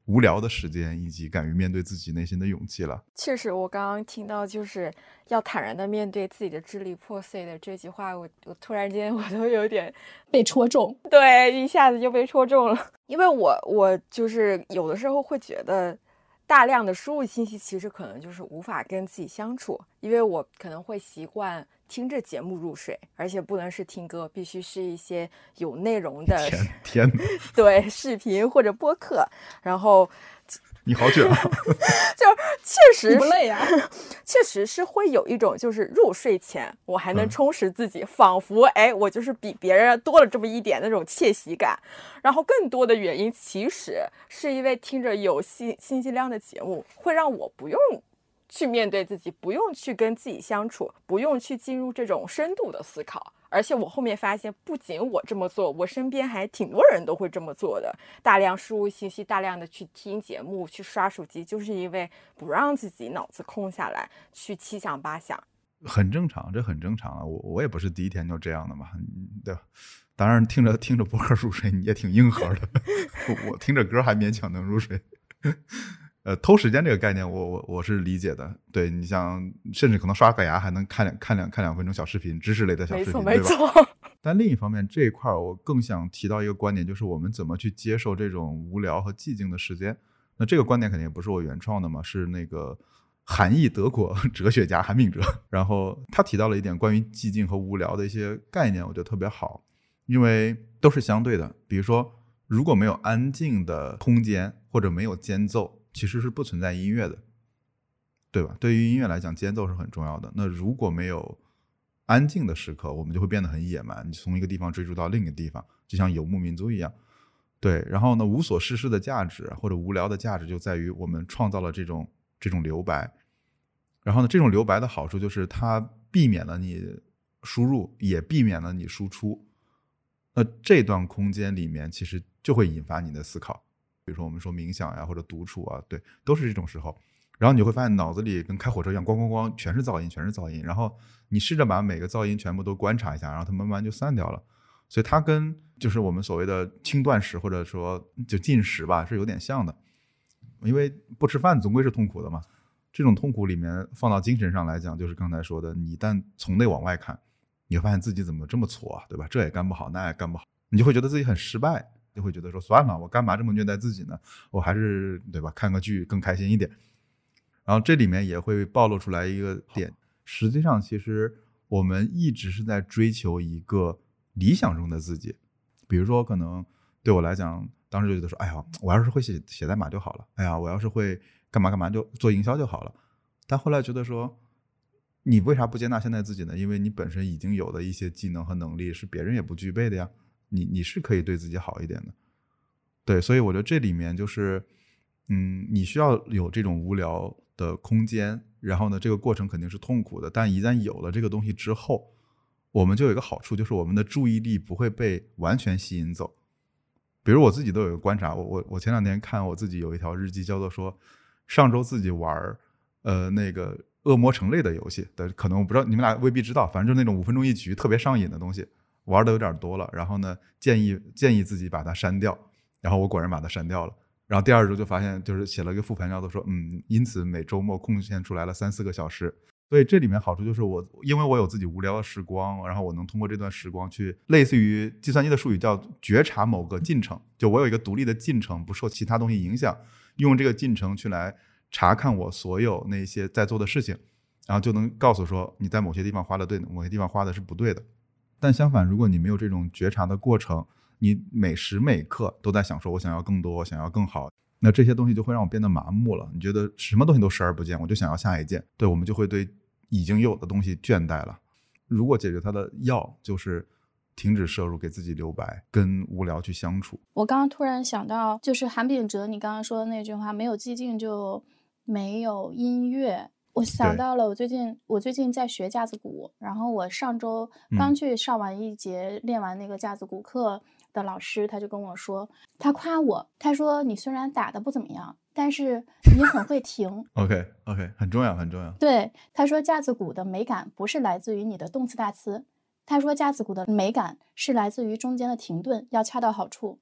[SPEAKER 3] 无聊的时间，以及敢于面对自己内心的勇气了。
[SPEAKER 2] 确实，我刚刚听到就是要坦然的面对自己的支离破碎的这句话，我我突然间我都有点
[SPEAKER 4] 被戳中，
[SPEAKER 2] 对，一下子就被戳中了。因为我我就是有的时候会觉得，大量的输入信息其实可能就是无法跟自己相处，因为我可能会习惯听着节目入睡，而且不能是听歌，必须是一些有内容的
[SPEAKER 3] 天天哪，
[SPEAKER 2] 对视频或者播客，然后
[SPEAKER 3] 你好卷啊！
[SPEAKER 2] 就确实
[SPEAKER 4] 你不累啊？
[SPEAKER 2] 确实是会有一种就是入睡前我还能充实自己，嗯、仿佛哎我就是比别人多了这么一点那种窃喜感。然后更多的原因其实是因为听着有信信息量的节目，会让我不用去面对自己，不用去跟自己相处，不用去进入这种深度的思考。而且我后面发现，不仅我这么做，我身边还挺多人都会这么做的。大量输入信息，大量的去听节目，去刷手机，就是因为不让自己脑子空下来，去七想八想。
[SPEAKER 3] 很正常，这很正常啊。我我也不是第一天就这样的嘛，对吧？当然听着听着播客入睡，你也挺硬核的。我听着歌还勉强能入睡。呃，偷时间这个概念我，我我是理解的。对，你像，甚至可能刷个牙还能看两看两看两分钟小视频，知识类的小视频，
[SPEAKER 2] 没错没
[SPEAKER 3] 错。但另一方面，这一块我更想提到一个观点，就是我们怎么去接受这种无聊和寂静的时间。那这个观点肯定也不是我原创的嘛，是那个韩裔德国哲学家韩炳哲，然后他提到了一点关于寂静和无聊的一些概念，我觉得特别好，因为都是相对的。比如说，如果没有安静的空间或者没有间奏，其实是不存在音乐的，对吧？对于音乐来讲，间奏是很重要的。那如果没有安静的时刻，我们就会变得很野蛮，你从一个地方追逐到另一个地方，就像游牧民族一样。对，然后呢，无所事事的价值或者无聊的价值就在于我们创造了这种这种留白。然后呢，这种留白的好处就是它避免了你输入，也避免了你输出。那这段空间里面其实就会引发你的思考。比如说我们说冥想呀，或者独处啊，对，都是这种时候。然后你会发现脑子里跟开火车一样，咣咣咣，全是噪音，全是噪音。然后你试着把每个噪音全部都观察一下，然后它慢慢就散掉了。所以它跟就是我们所谓的轻断食或者说就进食吧，是有点像的。因为不吃饭总归是痛苦的嘛。这种痛苦里面放到精神上来讲，就是刚才说的，你一旦从内往外看，你会发现自己怎么这么挫啊，对吧？这也干不好，那也干不好，你就会觉得自己很失败。就会觉得说算了，我干嘛这么虐待自己呢？我还是对吧，看个剧更开心一点。然后这里面也会暴露出来一个点，实际上其实我们一直是在追求一个理想中的自己。比如说可能对我来讲，当时就觉得说，哎呀，我要是会写写代码就好了，哎呀，我要是会干嘛干嘛就做营销就好了。但后来觉得说，你为啥不接纳现在自己呢？因为你本身已经有的一些技能和能力是别人也不具备的呀。你你是可以对自己好一点的。对，所以我觉得这里面就是嗯，你需要有这种无聊的空间，然后呢这个过程肯定是痛苦的，但一旦有了这个东西之后，我们就有一个好处，就是我们的注意力不会被完全吸引走。比如我自己都有一个观察，我我我前两天看我自己有一条日记，叫做说上周自己玩呃那个恶魔城类的游戏的，可能我不知道你们俩未必知道，反正就是那种五分钟一局特别上瘾的东西，玩的有点多了，然后呢建议建议自己把它删掉，然后我果然把它删掉了。然后第二周就发现，就是写了一个复盘，叫做说，嗯，因此每周末贡献出来了三四个小时。所以这里面好处就是我，因为我有自己无聊的时光，然后我能通过这段时光去，类似于计算机的术语叫觉察某个进程，就我有一个独立的进程，不受其他东西影响，用这个进程去来查看我所有那些在做的事情，然后就能告诉说你在某些地方花的对，某些地方花的是不对的。但相反，如果你没有这种觉察的过程，你每时每刻都在想说我想要更多，我想要更好，那这些东西就会让我变得麻木了。你觉得什么东西都视而不见，我就想要下一件，对，我们就会对已经有的东西倦怠了。如果解决它的药就是停止摄入，给自己留白，跟无聊去相处。
[SPEAKER 4] 我刚刚突然想到，就是韩炳哲你刚刚说的那句话，没有寂静就没有音乐。我想到了，我最近我最近在学架子鼓，然后我上周刚去上完一节、嗯、练完那个架子鼓课的老师，他就跟我说，他夸我，他说你虽然打得不怎么样，但是你很会停。
[SPEAKER 3] OK OK， 很重要很重要。
[SPEAKER 4] 对，他说架子鼓的美感不是来自于你的动词大词，他说架子鼓的美感是来自于中间的停顿要恰到好处。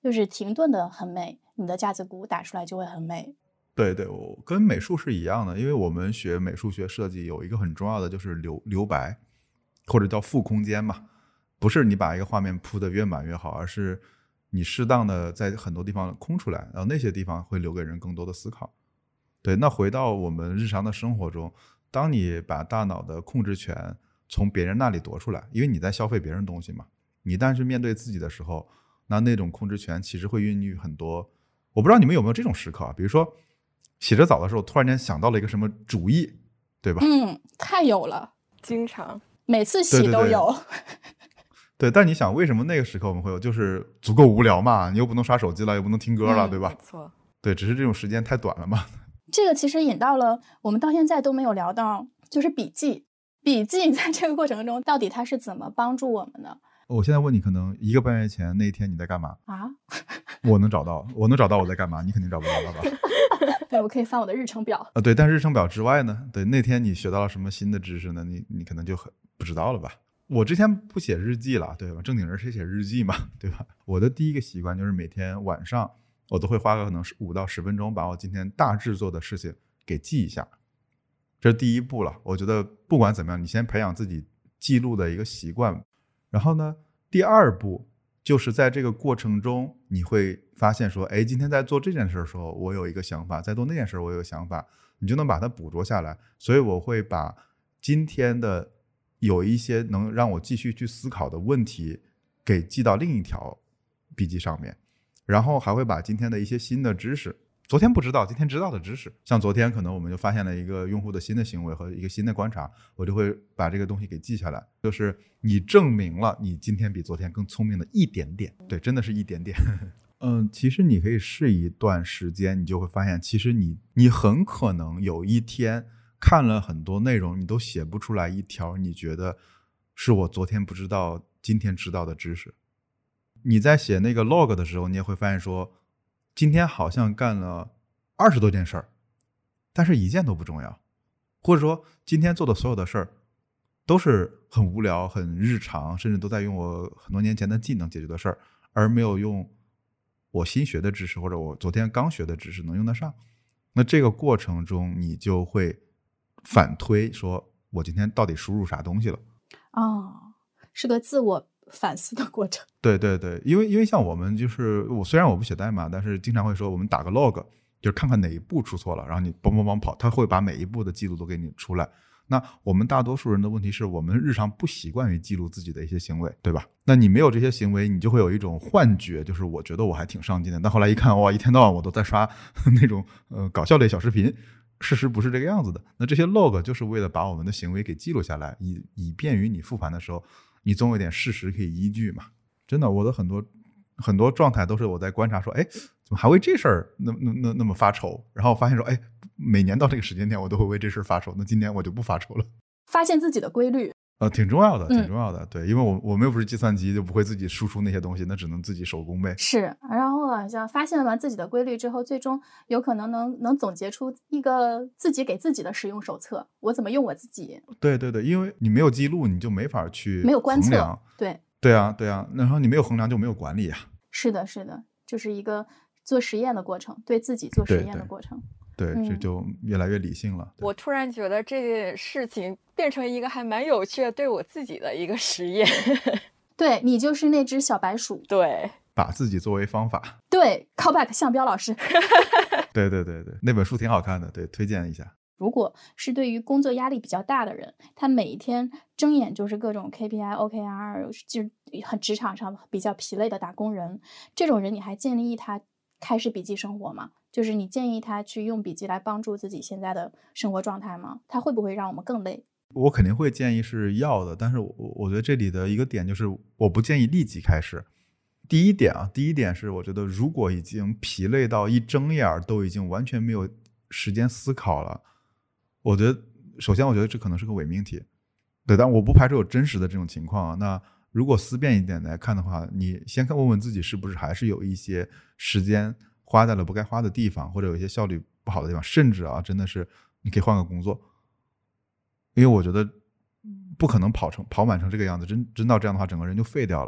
[SPEAKER 4] 就是停顿的很美，你的架子鼓打出来就会很美。
[SPEAKER 3] 对对，我跟美术是一样的，因为我们学美术学设计有一个很重要的就是留留白，或者叫负空间嘛，不是你把一个画面铺得越满越好，而是你适当的在很多地方空出来，然后那些地方会留给人更多的思考。对，那回到我们日常的生活中，当你把大脑的控制权从别人那里夺出来，因为你在消费别人东西嘛，你但是面对自己的时候，那那种控制权其实会孕育很多。我不知道你们有没有这种时刻啊，比如说洗着澡的时候突然间想到了一个什么主意，对吧？
[SPEAKER 4] 嗯，太有了，
[SPEAKER 2] 经常
[SPEAKER 4] 每次洗都有。
[SPEAKER 3] 对对对对，但你想为什么那个时刻我们会有，就是足够无聊嘛，你又不能刷手机了，又不能听歌了，
[SPEAKER 4] 嗯、
[SPEAKER 3] 对吧？
[SPEAKER 2] 没错，
[SPEAKER 3] 对，只是这种时间太短了嘛。
[SPEAKER 4] 这个其实引到了我们到现在都没有聊到，就是笔记。笔记在这个过程中到底它是怎么帮助我们的？
[SPEAKER 3] 我现在问你，可能一个半月前那一天你在干嘛
[SPEAKER 4] 啊？
[SPEAKER 3] 我能找到，我能找到我在干嘛，你肯定找不到了吧？
[SPEAKER 4] 对，我可以翻我的日程表
[SPEAKER 3] 啊。对，但是日程表之外呢？对，那天你学到了什么新的知识呢？你你可能就很不知道了吧？我之前不写日记了，对吧？正经人谁写日记嘛，对吧？我的第一个习惯就是每天晚上我都会花个可能五到十分钟，把我今天大致做的事情给记一下。这是第一步了。我觉得不管怎么样，你先培养自己记录的一个习惯。然后呢，第二步就是在这个过程中，你会发现说，哎，今天在做这件事的时候，我有一个想法；在做那件事我有一个想法，你就能把它捕捉下来。所以我会把今天的有一些能让我继续去思考的问题给记到另一条笔记上面，然后还会把今天的一些新的知识，昨天不知道今天知道的知识，像昨天可能我们就发现了一个用户的新的行为和一个新的观察，我就会把这个东西给记下来，就是你证明了你今天比昨天更聪明的一点点，对，真的是一点点。嗯，其实你可以试一段时间，你就会发现其实你你很可能有一天看了很多内容，你都写不出来一条你觉得是我昨天不知道今天知道的知识。你在写那个 log 的时候，你也会发现说今天好像干了二十多件事儿，但是一件都不重要，或者说今天做的所有的事儿都是很无聊很日常，甚至都在用我很多年前的技能解决的事儿，而没有用我新学的知识或者我昨天刚学的知识能用得上。那这个过程中你就会反推说我今天到底输入啥东西了。
[SPEAKER 4] 哦，是个自我反思的过程。
[SPEAKER 3] 对对对，因为因为像我们就是我虽然我不写代码，但是经常会说我们打个 log， 就是看看哪一步出错了，然后你嘣嘣嘣跑，它会把每一步的记录都给你出来。那我们大多数人的问题是我们日常不习惯于记录自己的一些行为，对吧？那你没有这些行为，你就会有一种幻觉，就是我觉得我还挺上进的，但后来一看，哇，一天到晚我都在刷那种呃搞笑类小视频，事实不是这个样子的。那这些 log 就是为了把我们的行为给记录下来，以以便于你复盘的时候，你总有点事实可以依据嘛。真的，我的很多很多状态都是我在观察说，哎，怎么还为这事儿那那那那么发愁？然后发现说，哎，每年到这个时间点我都会为这事儿发愁，那今年我就不发愁了。
[SPEAKER 4] 发现自己的规律，
[SPEAKER 3] 呃，挺重要的，
[SPEAKER 4] 嗯
[SPEAKER 3] 挺重要的。对，因为我我们又不是计算机，就不会自己输出那些东西，那只能自己手工呗。
[SPEAKER 4] 是，然后好像发现完自己的规律之后，最终有可能能能总结出一个自己给自己的使用手册，我怎么用我自己。
[SPEAKER 3] 对对对，因为你没有记录，你就没法去
[SPEAKER 4] 没有观测
[SPEAKER 3] 衡量。
[SPEAKER 4] 对
[SPEAKER 3] 对啊对啊，然后你没有衡量就没有管理啊。
[SPEAKER 4] 是的是的，就是一个做实验的过程，对自己做实验的过程。
[SPEAKER 3] 对，
[SPEAKER 4] 嗯
[SPEAKER 3] 这就越来越理性了。对
[SPEAKER 2] 我突然觉得这件事情变成一个还蛮有趣的对我自己的一个实验。
[SPEAKER 4] 对，你就是那只小白鼠。
[SPEAKER 2] 对，
[SPEAKER 3] 把自己作为方法。
[SPEAKER 4] 对 callback 向彪老师。
[SPEAKER 3] 对对对对，那本书挺好看的，对，推荐一下。
[SPEAKER 4] 如果是对于工作压力比较大的人，他每一天睁眼就是各种 K P I、O K R， 就是很职场上比较疲累的打工人，这种人你还建议他开始笔记生活吗？就是你建议他去用笔记来帮助自己现在的生活状态吗？他会不会让我们更累？
[SPEAKER 3] 我肯定会建议是要的，但是我我觉得这里的一个点就是我不建议立即开始。第一点啊，第一点是我觉得如果已经疲累到一睁眼都已经完全没有时间思考了，我觉得首先我觉得这可能是个伪命题。对，但我不排除有真实的这种情况啊。那如果思辨一点来看的话，你先看问问自己是不是还是有一些时间花在了不该花的地方，或者有一些效率不好的地方，甚至啊真的是你可以换个工作。因为我觉得不可能跑成跑满成这个样子，真真到这样的话整个人就废掉了。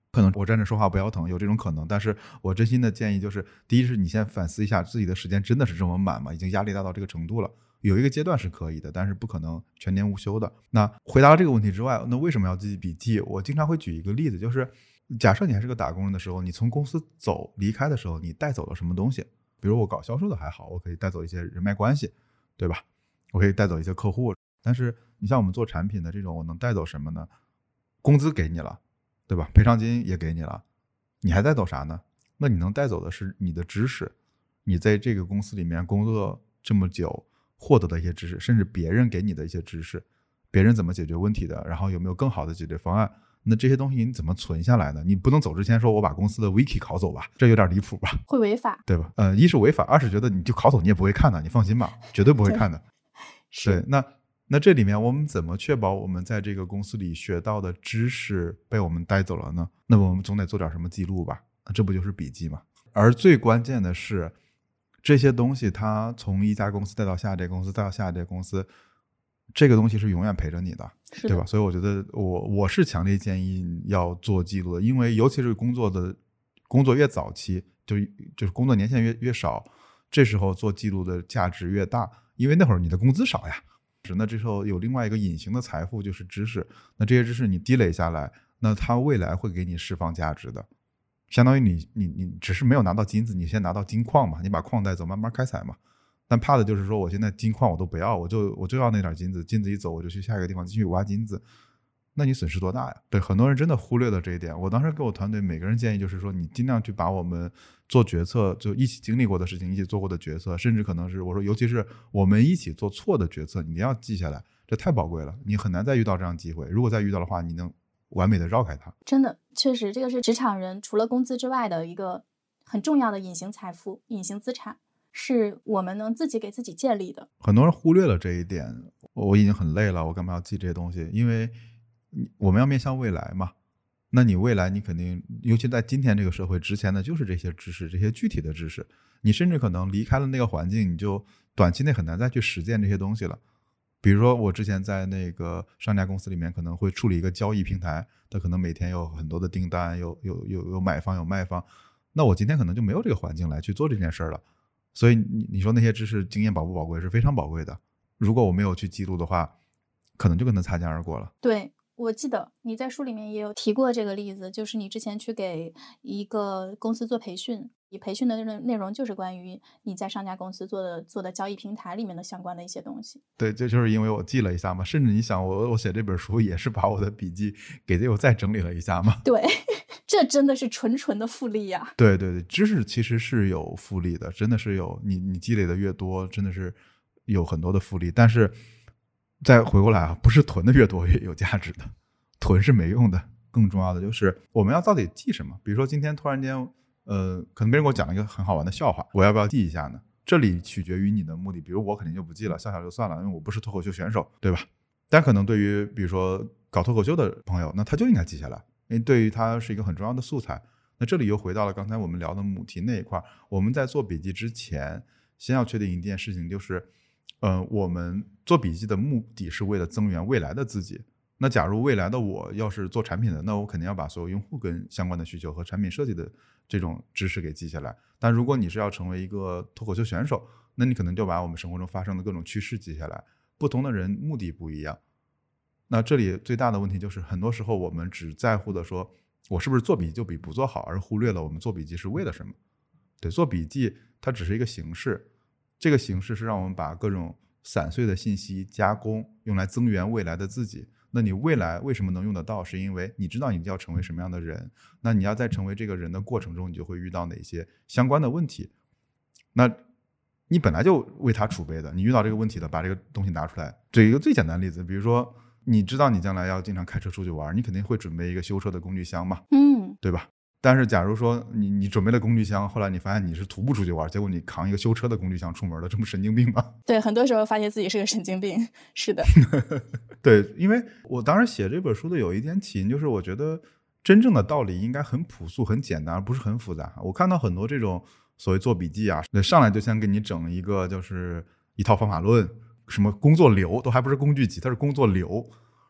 [SPEAKER 3] 可能我站着说话不腰疼，有这种可能。但是我真心的建议就是，第一是你先反思一下自己的时间真的是这么满吗？已经压力大到这个程度了。有一个阶段是可以的，但是不可能全年无休的。那回答了这个问题之外，那为什么要记笔记？我经常会举一个例子，就是假设你还是个打工人的时候，你从公司走离开的时候，你带走了什么东西？比如我搞销售的还好，我可以带走一些人脉关系，对吧？我可以带走一些客户。但是你像我们做产品的这种，我能带走什么呢？工资给你了，对吧？赔偿金也给你了，你还带走啥呢？那你能带走的是你的知识，你在这个公司里面工作这么久获得的一些知识，甚至别人给你的一些知识，别人怎么解决问题的，然后有没有更好的解决方案，那这些东西你怎么存下来呢？你不能走之前说我把公司的 wiki 拷走吧，这有点离谱吧？
[SPEAKER 4] 会违法，
[SPEAKER 3] 对吧？呃，一是违法，二是觉得你就拷走你也不会看的，你放心吧，绝对不会看的。对，那那这里面我们怎么确保我们在这个公司里学到的知识被我们带走了呢？那么我们总得做点什么记录吧，这不就是笔记吗？而最关键的是，这些东西它从一家公司带到下一家公司，带到下一家公司，这个东西是永远陪着你的，
[SPEAKER 4] 是的
[SPEAKER 3] 对吧？所以我觉得我我是强烈建议要做记录的，因为尤其是工作的工作越早期，就就是工作年限越越少，这时候做记录的价值越大，因为那会儿你的工资少呀。那这时候有另外一个隐形的财富，就是知识。那这些知识你积累下来，那它未来会给你释放价值的。相当于你你你只是没有拿到金子，你先拿到金矿嘛，你把矿带走，慢慢开采嘛。但怕的就是说，我现在金矿我都不要，我就我就要那点金子，金子一走，我就去下一个地方继续挖金子。那你损失多大呀？对，很多人真的忽略了这一点。我当时给我团队每个人建议就是说，你尽量去把我们做决策就一起经历过的事情，一起做过的决策，甚至可能是我说，尤其是我们一起做错的决策，你一定要记下来，这太宝贵了，你很难再遇到这样的机会。如果再遇到的话，你能完美的绕开它。
[SPEAKER 4] 真的，确实，这个是职场人除了工资之外的一个很重要的隐形财富、隐形资产，是我们能自己给自己建立的。
[SPEAKER 3] 很多人忽略了这一点，我已经很累了，我干嘛要记这些东西？因为我们要面向未来嘛。那你未来你肯定，尤其在今天这个社会，值钱的就是这些知识，这些具体的知识。你甚至可能离开了那个环境，你就短期内很难再去实践这些东西了。比如说我之前在那个上家公司里面，可能会处理一个交易平台，它可能每天有很多的订单，有有有有买方有卖方，那我今天可能就没有这个环境来去做这件事了。所以你你说那些知识经验宝不宝贵？是非常宝贵的。如果我没有去记录的话，可能就跟他擦肩而过了。
[SPEAKER 4] 对，我记得你在书里面也有提过这个例子，就是你之前去给一个公司做培训，你培训的内容就是关于你在上家公司做的做的交易平台里面的相关的一些东西。
[SPEAKER 3] 对，这就是因为我记了一下嘛，甚至你想我我写这本书也是把我的笔记给又再整理了一下嘛。
[SPEAKER 4] 对，这真的是纯纯的复利呀。
[SPEAKER 3] 对对对，知识其实是有复利的，真的是有，你你积累的越多，真的是有很多的复利。但是再回过来啊，不是囤的越多越有价值的，囤是没用的。更重要的就是我们要到底记什么。比如说今天突然间，呃，可能别人给我讲了一个很好玩的笑话，我要不要记一下呢？这里取决于你的目的。比如我肯定就不记了，笑笑就算了，因为我不是脱口秀选手，对吧？但可能对于比如说搞脱口秀的朋友，那他就应该记下来，因为对于他是一个很重要的素材。那这里又回到了刚才我们聊的母题那一块，我们在做笔记之前，先要确定一件事情，就是呃，我们做笔记的目的是为了增援未来的自己。那假如未来的我要是做产品的，那我肯定要把所有用户跟相关的需求和产品设计的这种知识给记下来。但如果你是要成为一个脱口秀选手，那你可能就把我们生活中发生的各种趋势记下来。不同的人目的不一样。那这里最大的问题就是很多时候我们只在乎的说我是不是做笔记就比不做好，而忽略了我们做笔记是为了什么。对，做笔记它只是一个形式，这个形式是让我们把各种散碎的信息加工，用来增援未来的自己。那你未来为什么能用得到，是因为你知道你要成为什么样的人，那你要在成为这个人的过程中，你就会遇到哪些相关的问题，那你本来就为他储备的，你遇到这个问题了，把这个东西拿出来。举一个最简单的例子，比如说你知道你将来要经常开车出去玩，你肯定会准备一个修车的工具箱嘛，
[SPEAKER 4] 嗯，
[SPEAKER 3] 对吧？但是假如说你你准备了工具箱，后来你发现你是徒步出去玩，结果你扛一个修车的工具箱出门了，这不神经病吗？
[SPEAKER 4] 对，很多时候发现自己是个神经病。是的。
[SPEAKER 3] 对，因为我当时写这本书的有一点起因，就是我觉得真正的道理应该很朴素很简单，而不是很复杂。我看到很多这种所谓做笔记啊，上来就先给你整一个就是一套方法论，什么工作流，都还不是工具集，它是工作流，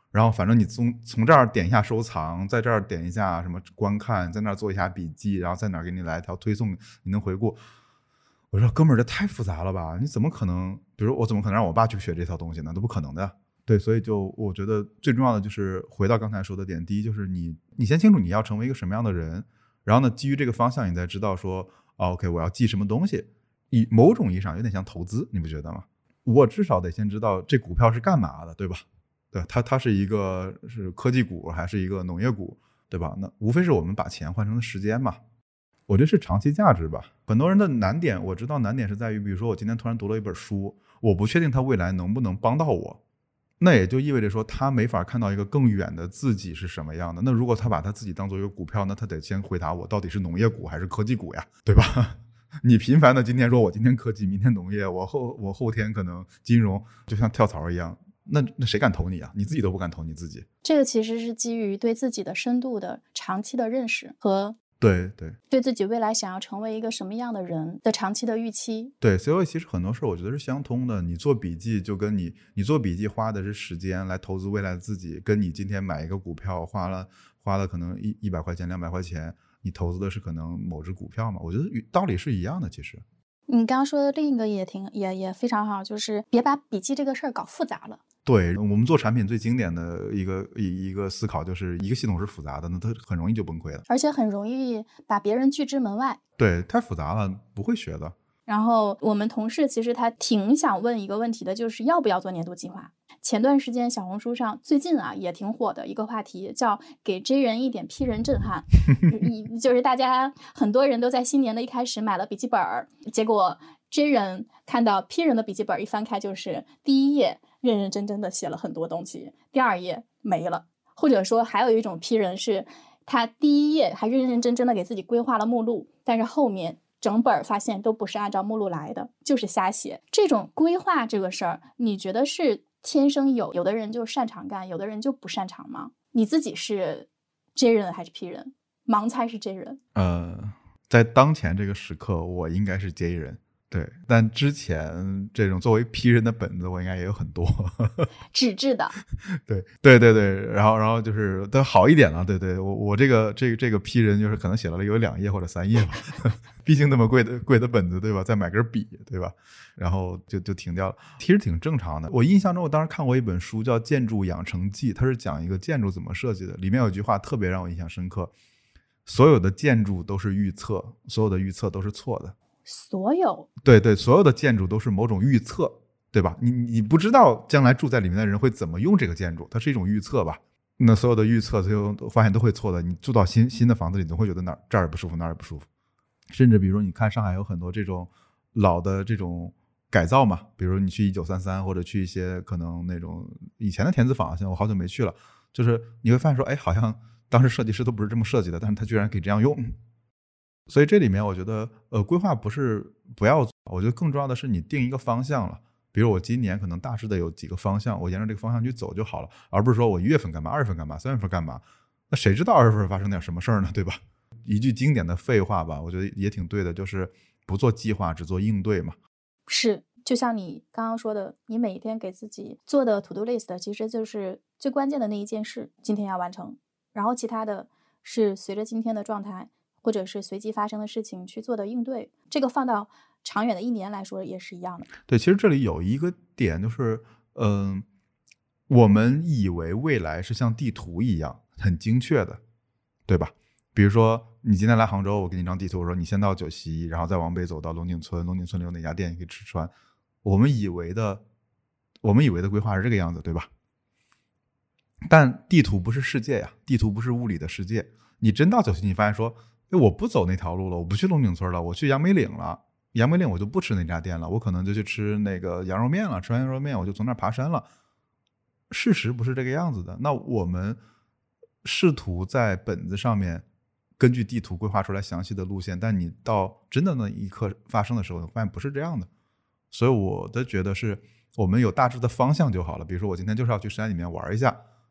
[SPEAKER 3] 然后反正你从从这儿点一下收藏，在这儿点一下什么观看，在那儿做一下笔记，然后在哪儿给你来一条推送，你能回顾。我说哥们儿，这太复杂了吧？你怎么可能？比如我怎么可能让我爸去学这套东西呢？都不可能的呀。对，所以就我觉得最重要的就是回到刚才说的点，第一就是你你先清楚你要成为一个什么样的人，然后呢，基于这个方向，你再知道说，哦 ，OK， 我要记什么东西。以某种意义上有点像投资，你不觉得吗？我至少得先知道这股票是干嘛的，对吧？对，它它是一个是科技股还是一个农业股，对吧？那无非是我们把钱换成了时间嘛。我觉得是长期价值吧。很多人的难点，我知道难点是在于，比如说我今天突然读了一本书，我不确定它未来能不能帮到我，那也就意味着说他没法看到一个更远的自己是什么样的。那如果他把他自己当做一个股票，那他得先回答我到底是农业股还是科技股呀，对吧？你频繁的今天说我今天科技，明天农业，我后我后天可能金融，就像跳槽一样，那那谁敢投你啊？你自己都不敢投你自己。
[SPEAKER 4] 这个其实是基于对自己的深度的长期的认识和
[SPEAKER 3] 对对
[SPEAKER 4] 对自己未来想要成为一个什么样的人的长期的预期。
[SPEAKER 3] 对，所以其实很多事我觉得是相通的。你做笔记就跟你你做笔记花的是时间来投资未来的自己，跟你今天买一个股票花了花了可能一一百块钱两百块钱，你投资的是可能某只股票嘛，我觉得道理是一样的。其实
[SPEAKER 4] 你刚刚说的另一个也挺也也非常好，就是别把笔记这个事儿搞复杂了。
[SPEAKER 3] 对，我们做产品最经典的一个一一个思考就是一个系统是复杂的，那它很容易就崩溃了，
[SPEAKER 4] 而且很容易把别人拒之门外。
[SPEAKER 3] 对，太复杂了，不会学的。
[SPEAKER 4] 然后我们同事其实他挺想问一个问题的，就是要不要做年度计划。前段时间小红书上最近啊也挺火的一个话题，叫给 J 人一点 P 人震撼。就是大家很多人都在新年的一开始买了笔记本，结果 J 人看到 P 人的笔记本一翻开，就是第一页认认真真的写了很多东西，第二页没了。或者说还有一种 P 人是他第一页还认认真真的给自己规划了目录，但是后面整本发现都不是按照目录来的，就是瞎写。这种规划这个事儿，你觉得是天生有，有的人就擅长干，有的人就不擅长吗？你自己是 J 人还是 P 人？盲猜是 J 人。
[SPEAKER 3] 呃，在当前这个时刻，我应该是 J 人。对，但之前这种作为 P 人的本子，我应该也有很多
[SPEAKER 4] 纸质的。
[SPEAKER 3] 对对对对，然后然后就是都好一点了。对对，我我这个这个这个 P 人就是可能写了有两页或者三页吧，毕竟那么贵的贵的本子，对吧？再买根笔，对吧？然后就就停掉了，其实挺正常的。我印象中，我当时看过一本书叫《建筑养成记》，它是讲一个建筑怎么设计的，里面有句话特别让我印象深刻：所有的建筑都是预测，所有的预测都是错的。
[SPEAKER 4] 所有
[SPEAKER 3] 对对，所有的建筑都是某种预测，对吧？你你不知道将来住在里面的人会怎么用这个建筑，它是一种预测吧？那所有的预测最后发现都会错的。你住到新新的房子里，总会觉得哪儿这儿也不舒服，那儿也不舒服。甚至比如你看上海有很多这种老的这种改造嘛，比如你去一九三三或者去一些可能那种以前的田子坊，现在我好久没去了，就是你会发现说，哎，好像当时设计师都不是这么设计的，但是他居然可以这样用。所以这里面我觉得呃，规划不是不要做，我觉得更重要的是你定一个方向了。比如我今年可能大致的有几个方向，我沿着这个方向去走就好了，而不是说我一月份干嘛，二月份干嘛，三月份干嘛，那谁知道二月份发生点什么事儿呢，对吧？一句经典的废话吧，我觉得也挺对的，就是不做计划，只做应对嘛。
[SPEAKER 4] 是，就像你刚刚说的，你每一天给自己做的 to do list 其实就是最关键的那一件事，今天要完成，然后其他的是随着今天的状态或者是随机发生的事情去做的应对。这个放到长远的一年来说也是一样的。
[SPEAKER 3] 对，其实这里有一个点就是，嗯、呃，我们以为未来是像地图一样很精确的，对吧？比如说你今天来杭州，我给你一张地图，我说你先到九溪，然后再往北走到龙井村，龙井村里有哪家店你可以吃穿。我们以为的，我们以为的规划是这个样子，对吧？但地图不是世界呀，地图不是物理的世界。你真到九溪，你发现说，哎，我不走那条路了，我不去龙井村了，我去杨梅岭了。杨梅岭我就不吃那家店了，我可能就去吃那个羊肉面了。吃完羊肉面，我就从那儿爬山了。事实不是这个样子的。那我们试图在本子上面根据地图规划出来详细的路线，但你到真的那一刻发生的时候，发现不是这样的。所以我的觉得是我们有大致的方向就好了。比如说我今天就是要去山里面玩一下，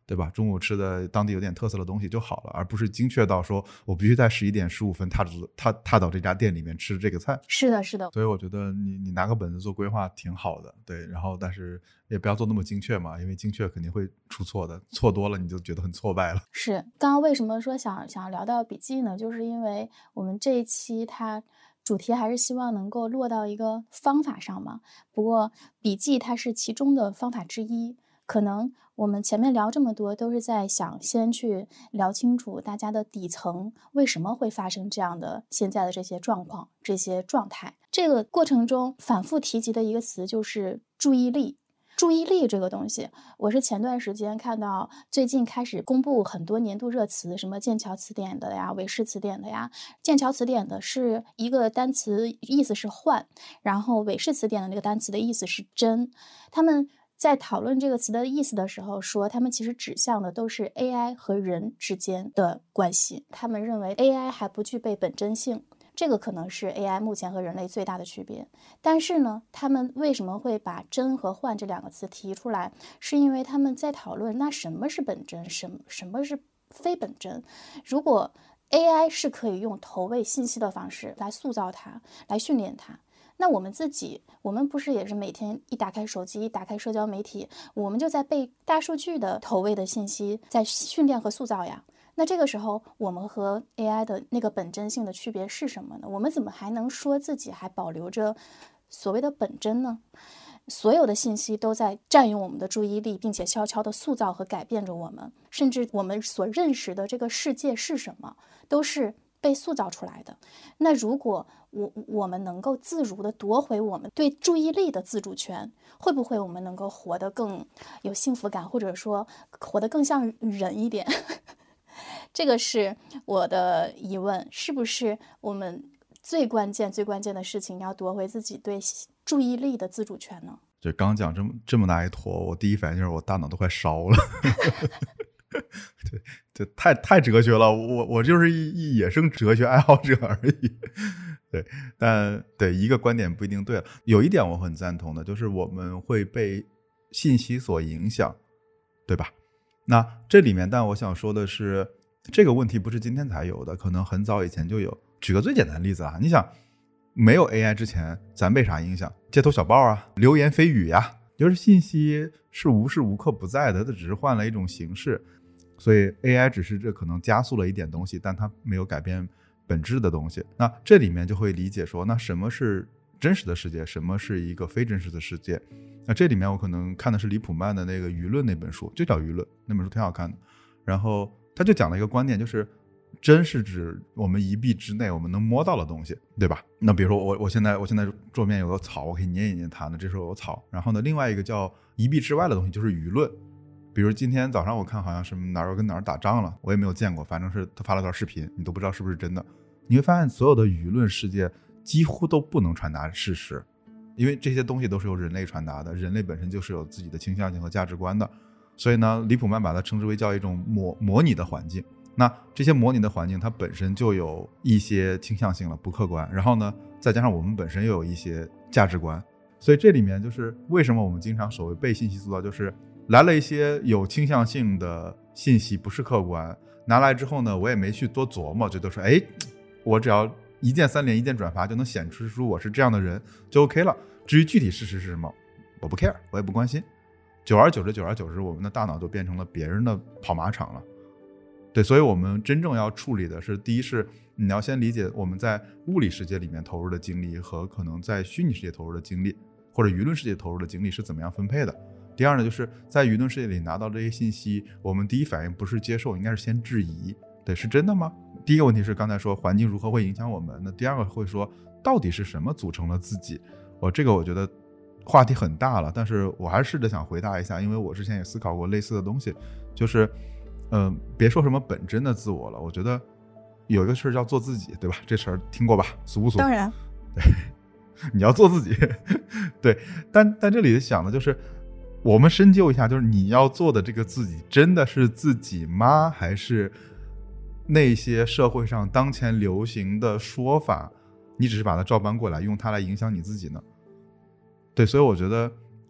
[SPEAKER 3] 对吧？中午吃的当地有点特色的东西就好了，而不是精确到说我必须在十一点十五分踏足踏踏到这家店里面吃这个菜。
[SPEAKER 1] 是的，是的。
[SPEAKER 3] 所以我觉得你你拿个本子做规划挺好的，对。然后但是也不要做那么精确嘛，因为精确肯定会出错的，错多了你就觉得很挫败了。
[SPEAKER 4] 是，刚刚为什么说想想聊到笔记呢？就是因为我们这一期它主题还是希望能够落到一个方法上嘛。不过笔记它是其中的方法之一。可能我们前面聊这么多，都是在想先去聊清楚大家的底层为什么会发生这样的现在的这些状况、这些状态。这个过程中反复提及的一个词就是注意力。注意力这个东西，我是前段时间看到最近开始公布很多年度热词，什么剑桥词典的呀、韦氏词典的呀。剑桥词典的是一个单词意思是换，然后韦氏词典的那个单词的意思是真。他们在讨论这个词的意思的时候说，他们其实指向的都是 A I 和人之间的关系。他们认为 A I 还不具备本真性，这个可能是 A I 目前和人类最大的区别。但是呢，他们为什么会把真和换这两个词提出来，是因为他们在讨论那什么是本真，什么什么是非本真。如果 A I 是可以用投喂信息的方式来塑造它，来训练它，那我们自己，我们不是也是每天一打开手机，一打开社交媒体，我们就在被大数据的投喂的信息在训练和塑造呀。那这个时候我们和 A I 的那个本真性的区别是什么呢？我们怎么还能说自己还保留着所谓的本真呢？所有的信息都在占用我们的注意力，并且悄悄地塑造和改变着我们，甚至我们所认识的这个世界是什么，都是被塑造出来的。那如果我我们能够自如地夺回我们对注意力的自主权，会不会我们能够活得更有幸福感，或者说活得更像人一点？这个是我的疑问，是不是我们最关键最关键的事情要夺回自己对注意力的自主权呢？
[SPEAKER 3] 就刚讲这么这么大一坨，我第一反应就是我大脑都快烧了。对，这太太哲学了，我我就是一一野生哲学爱好者而已。对，但对一个观点不一定对了。有一点我很赞同的，就是我们会被信息所影响，对吧？那这里面，但我想说的是，这个问题不是今天才有的，可能很早以前就有。举个最简单的例子啊，你想，没有 A I 之前，咱被啥影响？街头小报啊，流言蜚语呀、啊，就是信息是无时无刻不在的，它只是换了一种形式。所以 A I 只是这可能加速了一点东西，但它没有改变本质的东西。那这里面就会理解说，那什么是真实的世界，什么是一个非真实的世界？那这里面我可能看的是李普曼的那个《舆论》那本书，就叫《舆论》，那本书挺好看的。然后他就讲了一个观点，就是真是指我们一臂之内我们能摸到的东西，对吧？那比如说我我现在我现在桌面有个草，我可以捏一捏它，那这时候有草。然后呢，另外一个叫一臂之外的东西就是舆论。比如今天早上我看好像是哪儿跟哪儿打仗了，我也没有见过，反正是他发了段视频，你都不知道是不是真的。你会发现所有的舆论世界几乎都不能传达事实，因为这些东西都是由人类传达的，人类本身就是有自己的倾向性和价值观的。所以呢，李普曼把它称之为叫一种模模拟的环境。那这些模拟的环境它本身就有一些倾向性了，不客观，然后呢再加上我们本身又有一些价值观。所以这里面就是为什么我们经常所谓被信息塑造，就是来了一些有倾向性的信息，不是客观，拿来之后呢，我也没去多琢磨，觉得说哎，我只要一键三连一键转发就能显示出我是这样的人就 OK 了。至于具体事实是什么，我不 care， 我也不关心。久而久之久而久之我们的大脑就变成了别人的跑马场了。对，所以我们真正要处理的是，第一是你要先理解我们在物理世界里面投入的精力和可能在虚拟世界投入的精力，或者舆论世界投入的精力是怎么样分配的。第二呢，就是在舆论世界里拿到这些信息，我们第一反应不是接受，应该是先质疑。对，是真的吗？第一个问题是刚才说环境如何会影响我们，那第二个会说到底是什么组成了自己。我这个我觉得话题很大了，但是我还是试着想回答一下，因为我之前也思考过类似的东西，就是嗯、呃，别说什么本真的自我了，我觉得有一个事叫做自己，对吧？这词儿听过吧？俗不俗？
[SPEAKER 2] 当然，
[SPEAKER 3] 对，你要做自己，对。但但这里想的就是，我们深究一下，就是你要做的这个自己，真的是自己吗？还是那些社会上当前流行的说法，你只是把它照搬过来，用它来影响你自己呢？对，所以我觉得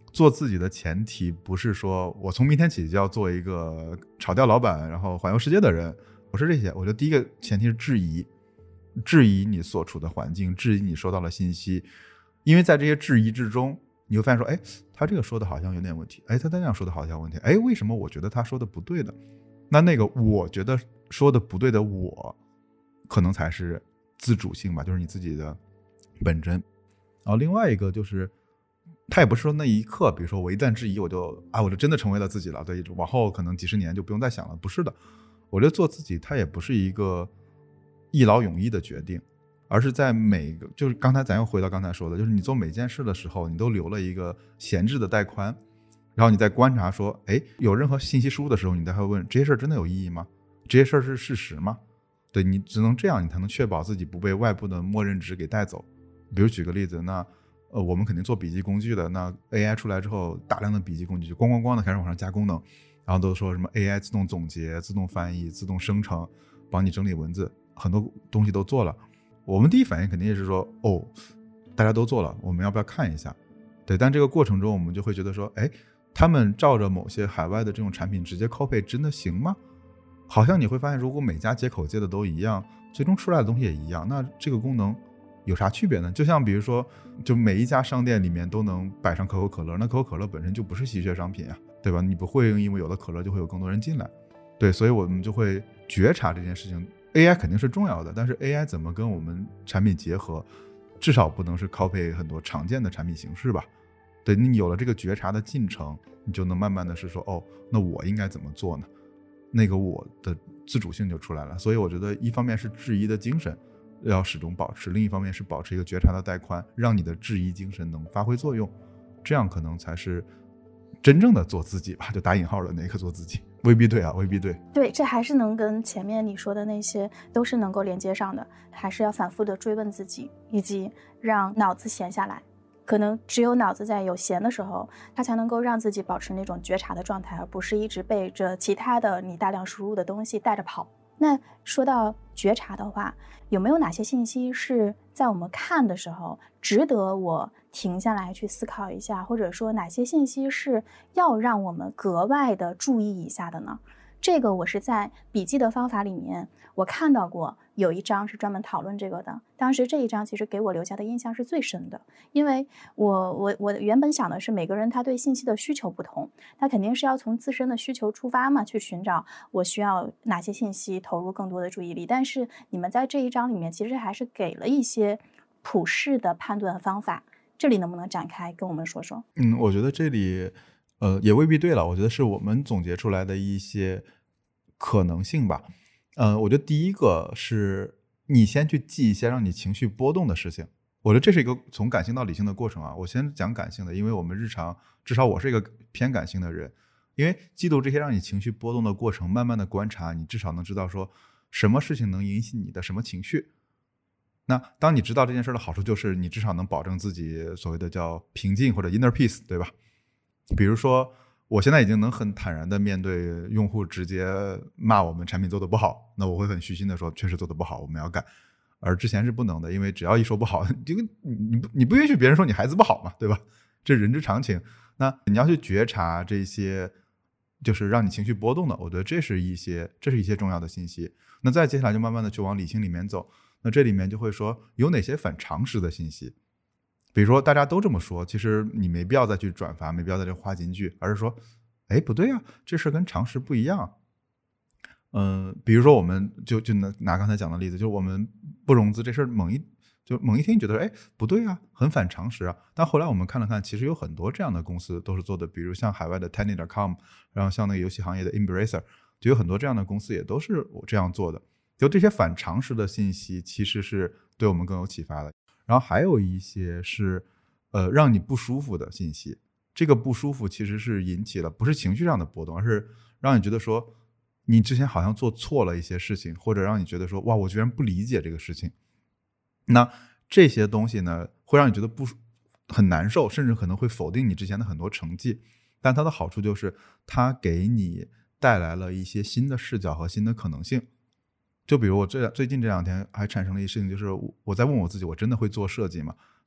[SPEAKER 3] 做自己的前提不是说我从明天起就要做一个炒掉老板然后环游世界的人，不是这些。我觉得第一个前提是质疑，质疑你所处的环境，质疑你收到的信息，因为在这些质疑之中你会发现说，哎，他这个说的好像有点问题，哎，他那样说的好像有问题，哎，为什么我觉得他说的不对的？那那个我觉得说的不对的我可能才是自主性吧，就是你自己的本真。然后另外一个就是他也不是说那一刻比如说我一旦质疑我就啊我就真的成为了自己了，对，往后可能几十年就不用再想了，不是的。我觉得做自己它也不是一个一劳永逸的决定，而是在每个就是刚才咱又回到刚才说的，就是你做每件事的时候你都留了一个闲置的带宽，然后你在观察说，哎，有任何信息输入的时候你才会问这些事儿真的有意义吗？这些事儿是事实吗？对，你只能这样你才能确保自己不被外部的默认值给带走。比如举个例子，那呃，我们肯定做笔记工具的，那 A I 出来之后大量的笔记工具就咣咣咣的开始往上加功能，然后都说什么 A I 自动总结、自动翻译、自动生成，帮你整理文字，很多东西都做了。我们第一反应肯定也是说，哦，大家都做了，我们要不要看一下？对，但这个过程中我们就会觉得说，哎，他们照着某些海外的这种产品直接 copy 真的行吗？好像你会发现，如果每家接口接的都一样，最终出来的东西也一样，那这个功能有啥区别呢？就像比如说，就每一家商店里面都能摆上可口可乐，那可口可乐本身就不是稀缺商品啊，对吧？你不会因为有了可乐就会有更多人进来，对，所以我们就会觉察这件事情。A I 肯定是重要的，但是 A I 怎么跟我们产品结合，至少不能是 copy 很多常见的产品形式吧？对，你有了这个觉察的进程，你就能慢慢的是说，哦，那我应该怎么做呢？那个我的自主性就出来了。所以我觉得一方面是质疑的精神要始终保持，另一方面是保持一个觉察的带宽，让你的质疑精神能发挥作用，这样可能才是真正的做自己吧，就打引号的那个做自己。未必对啊，未必对。
[SPEAKER 4] 对，这还是能跟前面你说的那些都是能够连接上的，还是要反复的追问自己，以及让脑子闲下来。可能只有脑子在有闲的时候，它才能够让自己保持那种觉察的状态，而不是一直被着其他的你大量输入的东西带着跑。那说到觉察的话，有没有哪些信息是在我们看的时候值得我停下来去思考一下，或者说哪些信息是要让我们格外的注意一下的呢？这个我是在笔记的方法里面我看到过有一章是专门讨论这个的，当时这一章其实给我留下的印象是最深的，因为我我我原本想的是每个人他对信息的需求不同，他肯定是要从自身的需求出发嘛，去寻找我需要哪些信息投入更多的注意力，但是你们在这一章里面其实还是给了一些普世的判断方法，这里能不能展开跟我们说说？
[SPEAKER 3] 嗯，我觉得这里呃也未必对了，我觉得是我们总结出来的一些可能性吧。呃，我觉得第一个是你先去记一些让你情绪波动的事情，我觉得这是一个从感性到理性的过程啊。我先讲感性的，因为我们日常至少我是一个偏感性的人，因为记录这些让你情绪波动的过程，慢慢的观察，你至少能知道说什么事情能引起你的什么情绪。那当你知道这件事的好处就是你至少能保证自己所谓的叫平静或者 inner peace， 对吧？比如说我现在已经能很坦然的面对用户直接骂我们产品做的不好，那我会很虚心的说确实做的不好，我们要改。而之前是不能的，因为只要一说不好，这个你不你不允许别人说你孩子不好嘛，对吧？这人之常情。那你要去觉察这些就是让你情绪波动的，我觉得这是一些这是一些重要的信息。那再接下来就慢慢的去往理性里面走，那这里面就会说有哪些反常识的信息。比如说大家都这么说，其实你没必要再去转发，没必要再去花金句，而是说哎不对啊，这事跟常识不一样。嗯，比如说我们就就拿拿刚才讲的例子，就是我们不融资这事猛一就猛一听觉得哎不对啊，很反常识啊。但后来我们看了看，其实有很多这样的公司都是做的，比如像海外的 Tiny 点 com， 然后像那个游戏行业的 Embracer， 就有很多这样的公司也都是这样做的。就这些反常识的信息其实是对我们更有启发的。然后还有一些是呃让你不舒服的信息，这个不舒服其实是引起了不是情绪上的波动，而是让你觉得说你之前好像做错了一些事情，或者让你觉得说哇我居然不理解这个事情。那这些东西呢会让你觉得不很难受，甚至可能会否定你之前的很多成绩，但它的好处就是它给你带来了一些新的视角和新的可能性。就比如我这最近这两天还产生了一事情，就是我在问我自己我真的会做设计吗？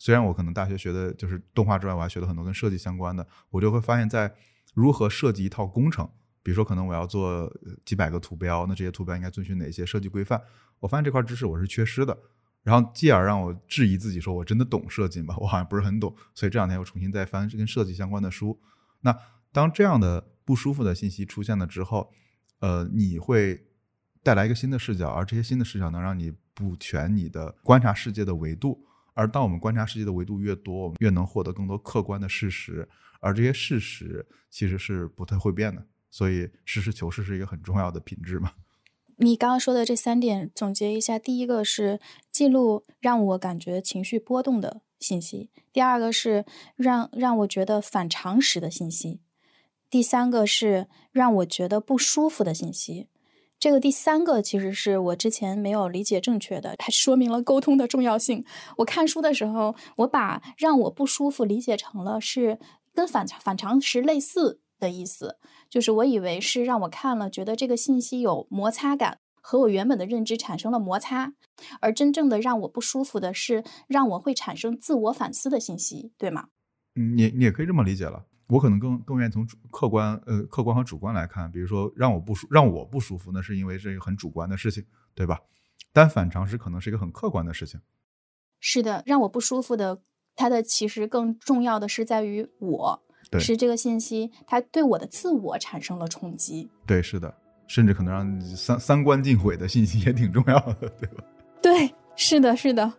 [SPEAKER 3] 虽然我可能大学学的就是动画之外，我还学了很多跟设计相关的，我就会发现在如何设计一套工程，比如说可能我要做几百个图标，那这些图标应该遵循哪些设计规范，我发现这块知识我是缺失的，然后继而让我质疑自己，说我真的懂设计吗？我好像不是很懂。所以这两天我重新再翻跟设计相关的书。那当这样的不舒服的信息出现了之后，呃，你会带来一个新的视角，而这些新的视角能让你补全你的观察世界的维度。而当我们观察世界的维度越多，我们越能获得更多客观的事实，而这些事实其实是不太会变的。所以实事求是是一个很重要的品质嘛。
[SPEAKER 4] 你刚刚说的这三点总结一下，第一个是记录让我感觉情绪波动的信息，第二个是让让我觉得反常识的信息，第三个是让我觉得不舒服的信息。这个第三个其实是我之前没有理解正确的，它说明了沟通的重要性。我看书的时候，我把让我不舒服理解成了是跟反反常识类似的意思，就是我以为是让我看了觉得这个信息有摩擦感，和我原本的认知产生了摩擦，而真正的让我不舒服的是让我会产生自我反思的信息，对吗？
[SPEAKER 3] 嗯，你你也可以这么理解了。我可能更更愿意从客观呃客观和主观来看，比如说让我不舒让我不舒服，那是因为是一个很主观的事情，对吧？但反常识可能是一个很客观的事情。
[SPEAKER 4] 是的，让我不舒服的，它的其实更重要的是在于我，是这个信息它对我的自我产生了冲击。
[SPEAKER 3] 对，是的，甚至可能让你三三观尽毁的信息也挺重要的，对吧？
[SPEAKER 4] 对，是的，是的。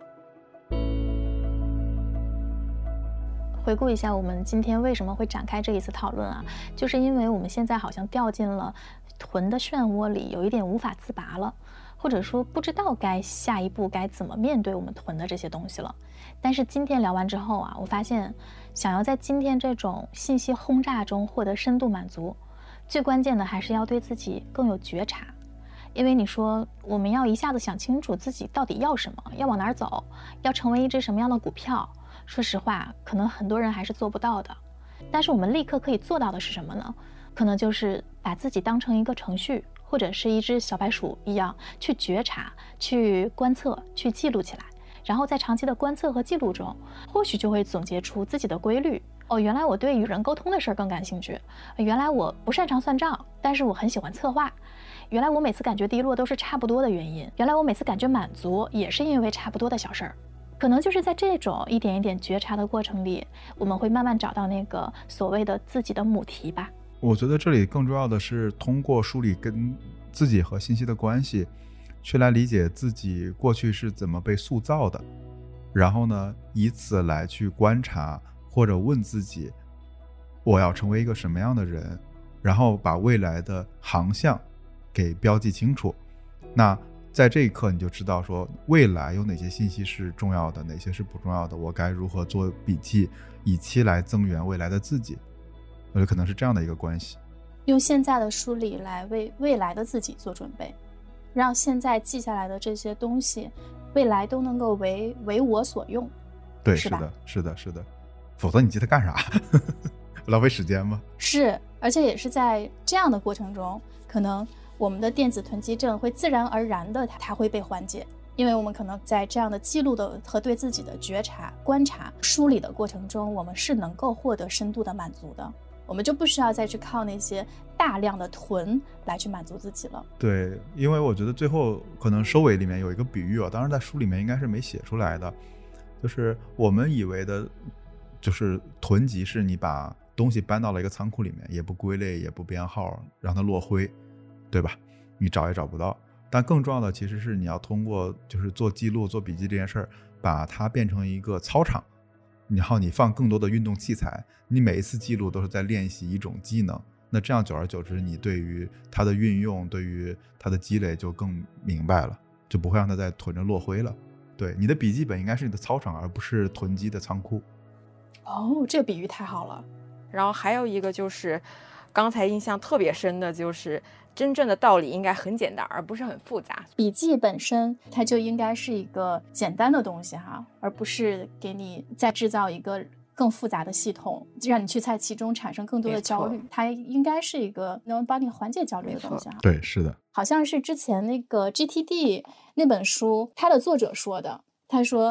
[SPEAKER 1] 回顾一下我们今天为什么会展开这一次讨论啊，就是因为我们现在好像掉进了囤的漩涡里，有一点无法自拔了，或者说不知道该下一步该怎么面对我们囤的这些东西了。但是今天聊完之后啊，我发现想要在今天这种信息轰炸中获得深度满足，最关键的还是要对自己更有觉察。因为你说我们要一下子想清楚自己到底要什么，要往哪儿走，要成为一只什么样的股票，说实话可能很多人还是做不到的。但是我们立刻可以做到的是什么呢？可能就是把自己当成一个程序，或者是一只小白鼠一样去觉察，去观测，去记录起来，然后在长期的观测和记录中，或许就会总结出自己的规律。哦，原来我对与人沟通的事儿更感兴趣，原来我不擅长算账，但是我很喜欢策划，原来我每次感觉低落都是差不多的原因，原来我每次感觉满足也是因为差不多的小事儿。可能就是在这种一点一点觉察的过程里，我们会慢慢找到那个所谓的自己的母题吧。
[SPEAKER 3] 我觉得这里更重要的是通过梳理跟自己和信息的关系，去来理解自己过去是怎么被塑造的，然后呢，以此来去观察或者问自己，我要成为一个什么样的人，然后把未来的航向给标记清楚。那在这一刻你就知道说未来有哪些信息是重要的，哪些是不重要的，我该如何做笔记，以期来增援未来的自己。我觉得可能是这样的一个关系，
[SPEAKER 4] 用现在的梳理来为未来的自己做准备，让现在记下来的这些东西未来都能够为为我所用。
[SPEAKER 3] 对，
[SPEAKER 4] 是吧？
[SPEAKER 3] 是的，是的，是的，否则你记它干啥？浪费时间吗？
[SPEAKER 4] 是，而且也是在这样的过程中，可能我们的电子囤积症会自然而然的它它会被缓解，因为我们可能在这样的记录的和对自己的觉察、观察、梳理的过程中，我们是能够获得深度的满足的，我们就不需要再去靠那些大量的囤来去满足自己了。
[SPEAKER 3] 对，因为我觉得最后可能收尾里面有一个比喻啊，当然在书里面应该是没写出来的，就是我们以为的就是囤积是你把东西搬到了一个仓库里面，也不归类也不编号，让它落灰，对吧？你找也找不到。但更重要的其实是你要通过就是做记录做笔记这件事儿，把它变成一个操场，然后你放更多的运动器材，你每一次记录都是在练习一种技能，那这样久而久之你对于它的运用对于它的积累就更明白了，就不会让它再囤着落灰了。对，你的笔记本应该是你的操场，而不是囤积的仓库。
[SPEAKER 4] 哦，这个比喻太好了。
[SPEAKER 2] 然后还有一个就是刚才印象特别深的就是真正的道理应该很简单而不是很复杂，
[SPEAKER 4] 笔记本身它就应该是一个简单的东西哈，而不是给你再制造一个更复杂的系统，让你去在其中产生更多的焦虑。它应该是一个能帮你缓解焦虑的东西哈。
[SPEAKER 3] 对，是的。
[SPEAKER 4] 好像是之前那个 G T D 那本书它的作者说的，他说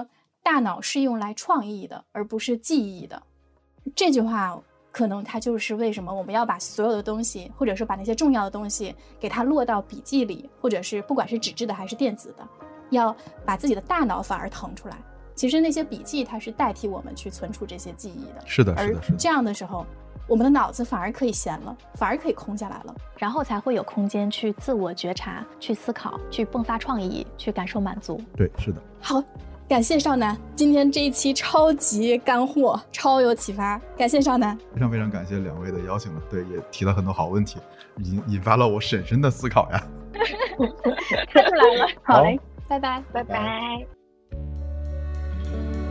[SPEAKER 4] 大脑是用来创意的，而不是记忆的。这句话可能它就是为什么我们要把所有的东西，或者说把那些重要的东西给它落到笔记里，或者是不管是纸质的还是电子的，要把自己的大脑反而腾出来。其实那些笔记它是代替我们去存储这些记忆的。
[SPEAKER 3] 是的，是的，是的。
[SPEAKER 4] 而这样的时候，我们的脑子反而可以闲了，反而可以空下来了，
[SPEAKER 1] 然后才会有空间去自我觉察、去思考、去迸发创意、去感受满足。
[SPEAKER 3] 对，是的。
[SPEAKER 4] 好，感谢少男，今天这一期超级干货，超有启发，感谢少男。
[SPEAKER 3] 非常非常感谢两位的邀请了，对，也提了很多好问题，引引发了我深深的思考呀。
[SPEAKER 1] 看出来了。
[SPEAKER 4] 好嘞，
[SPEAKER 1] 拜拜，
[SPEAKER 3] 拜拜。
[SPEAKER 1] 拜。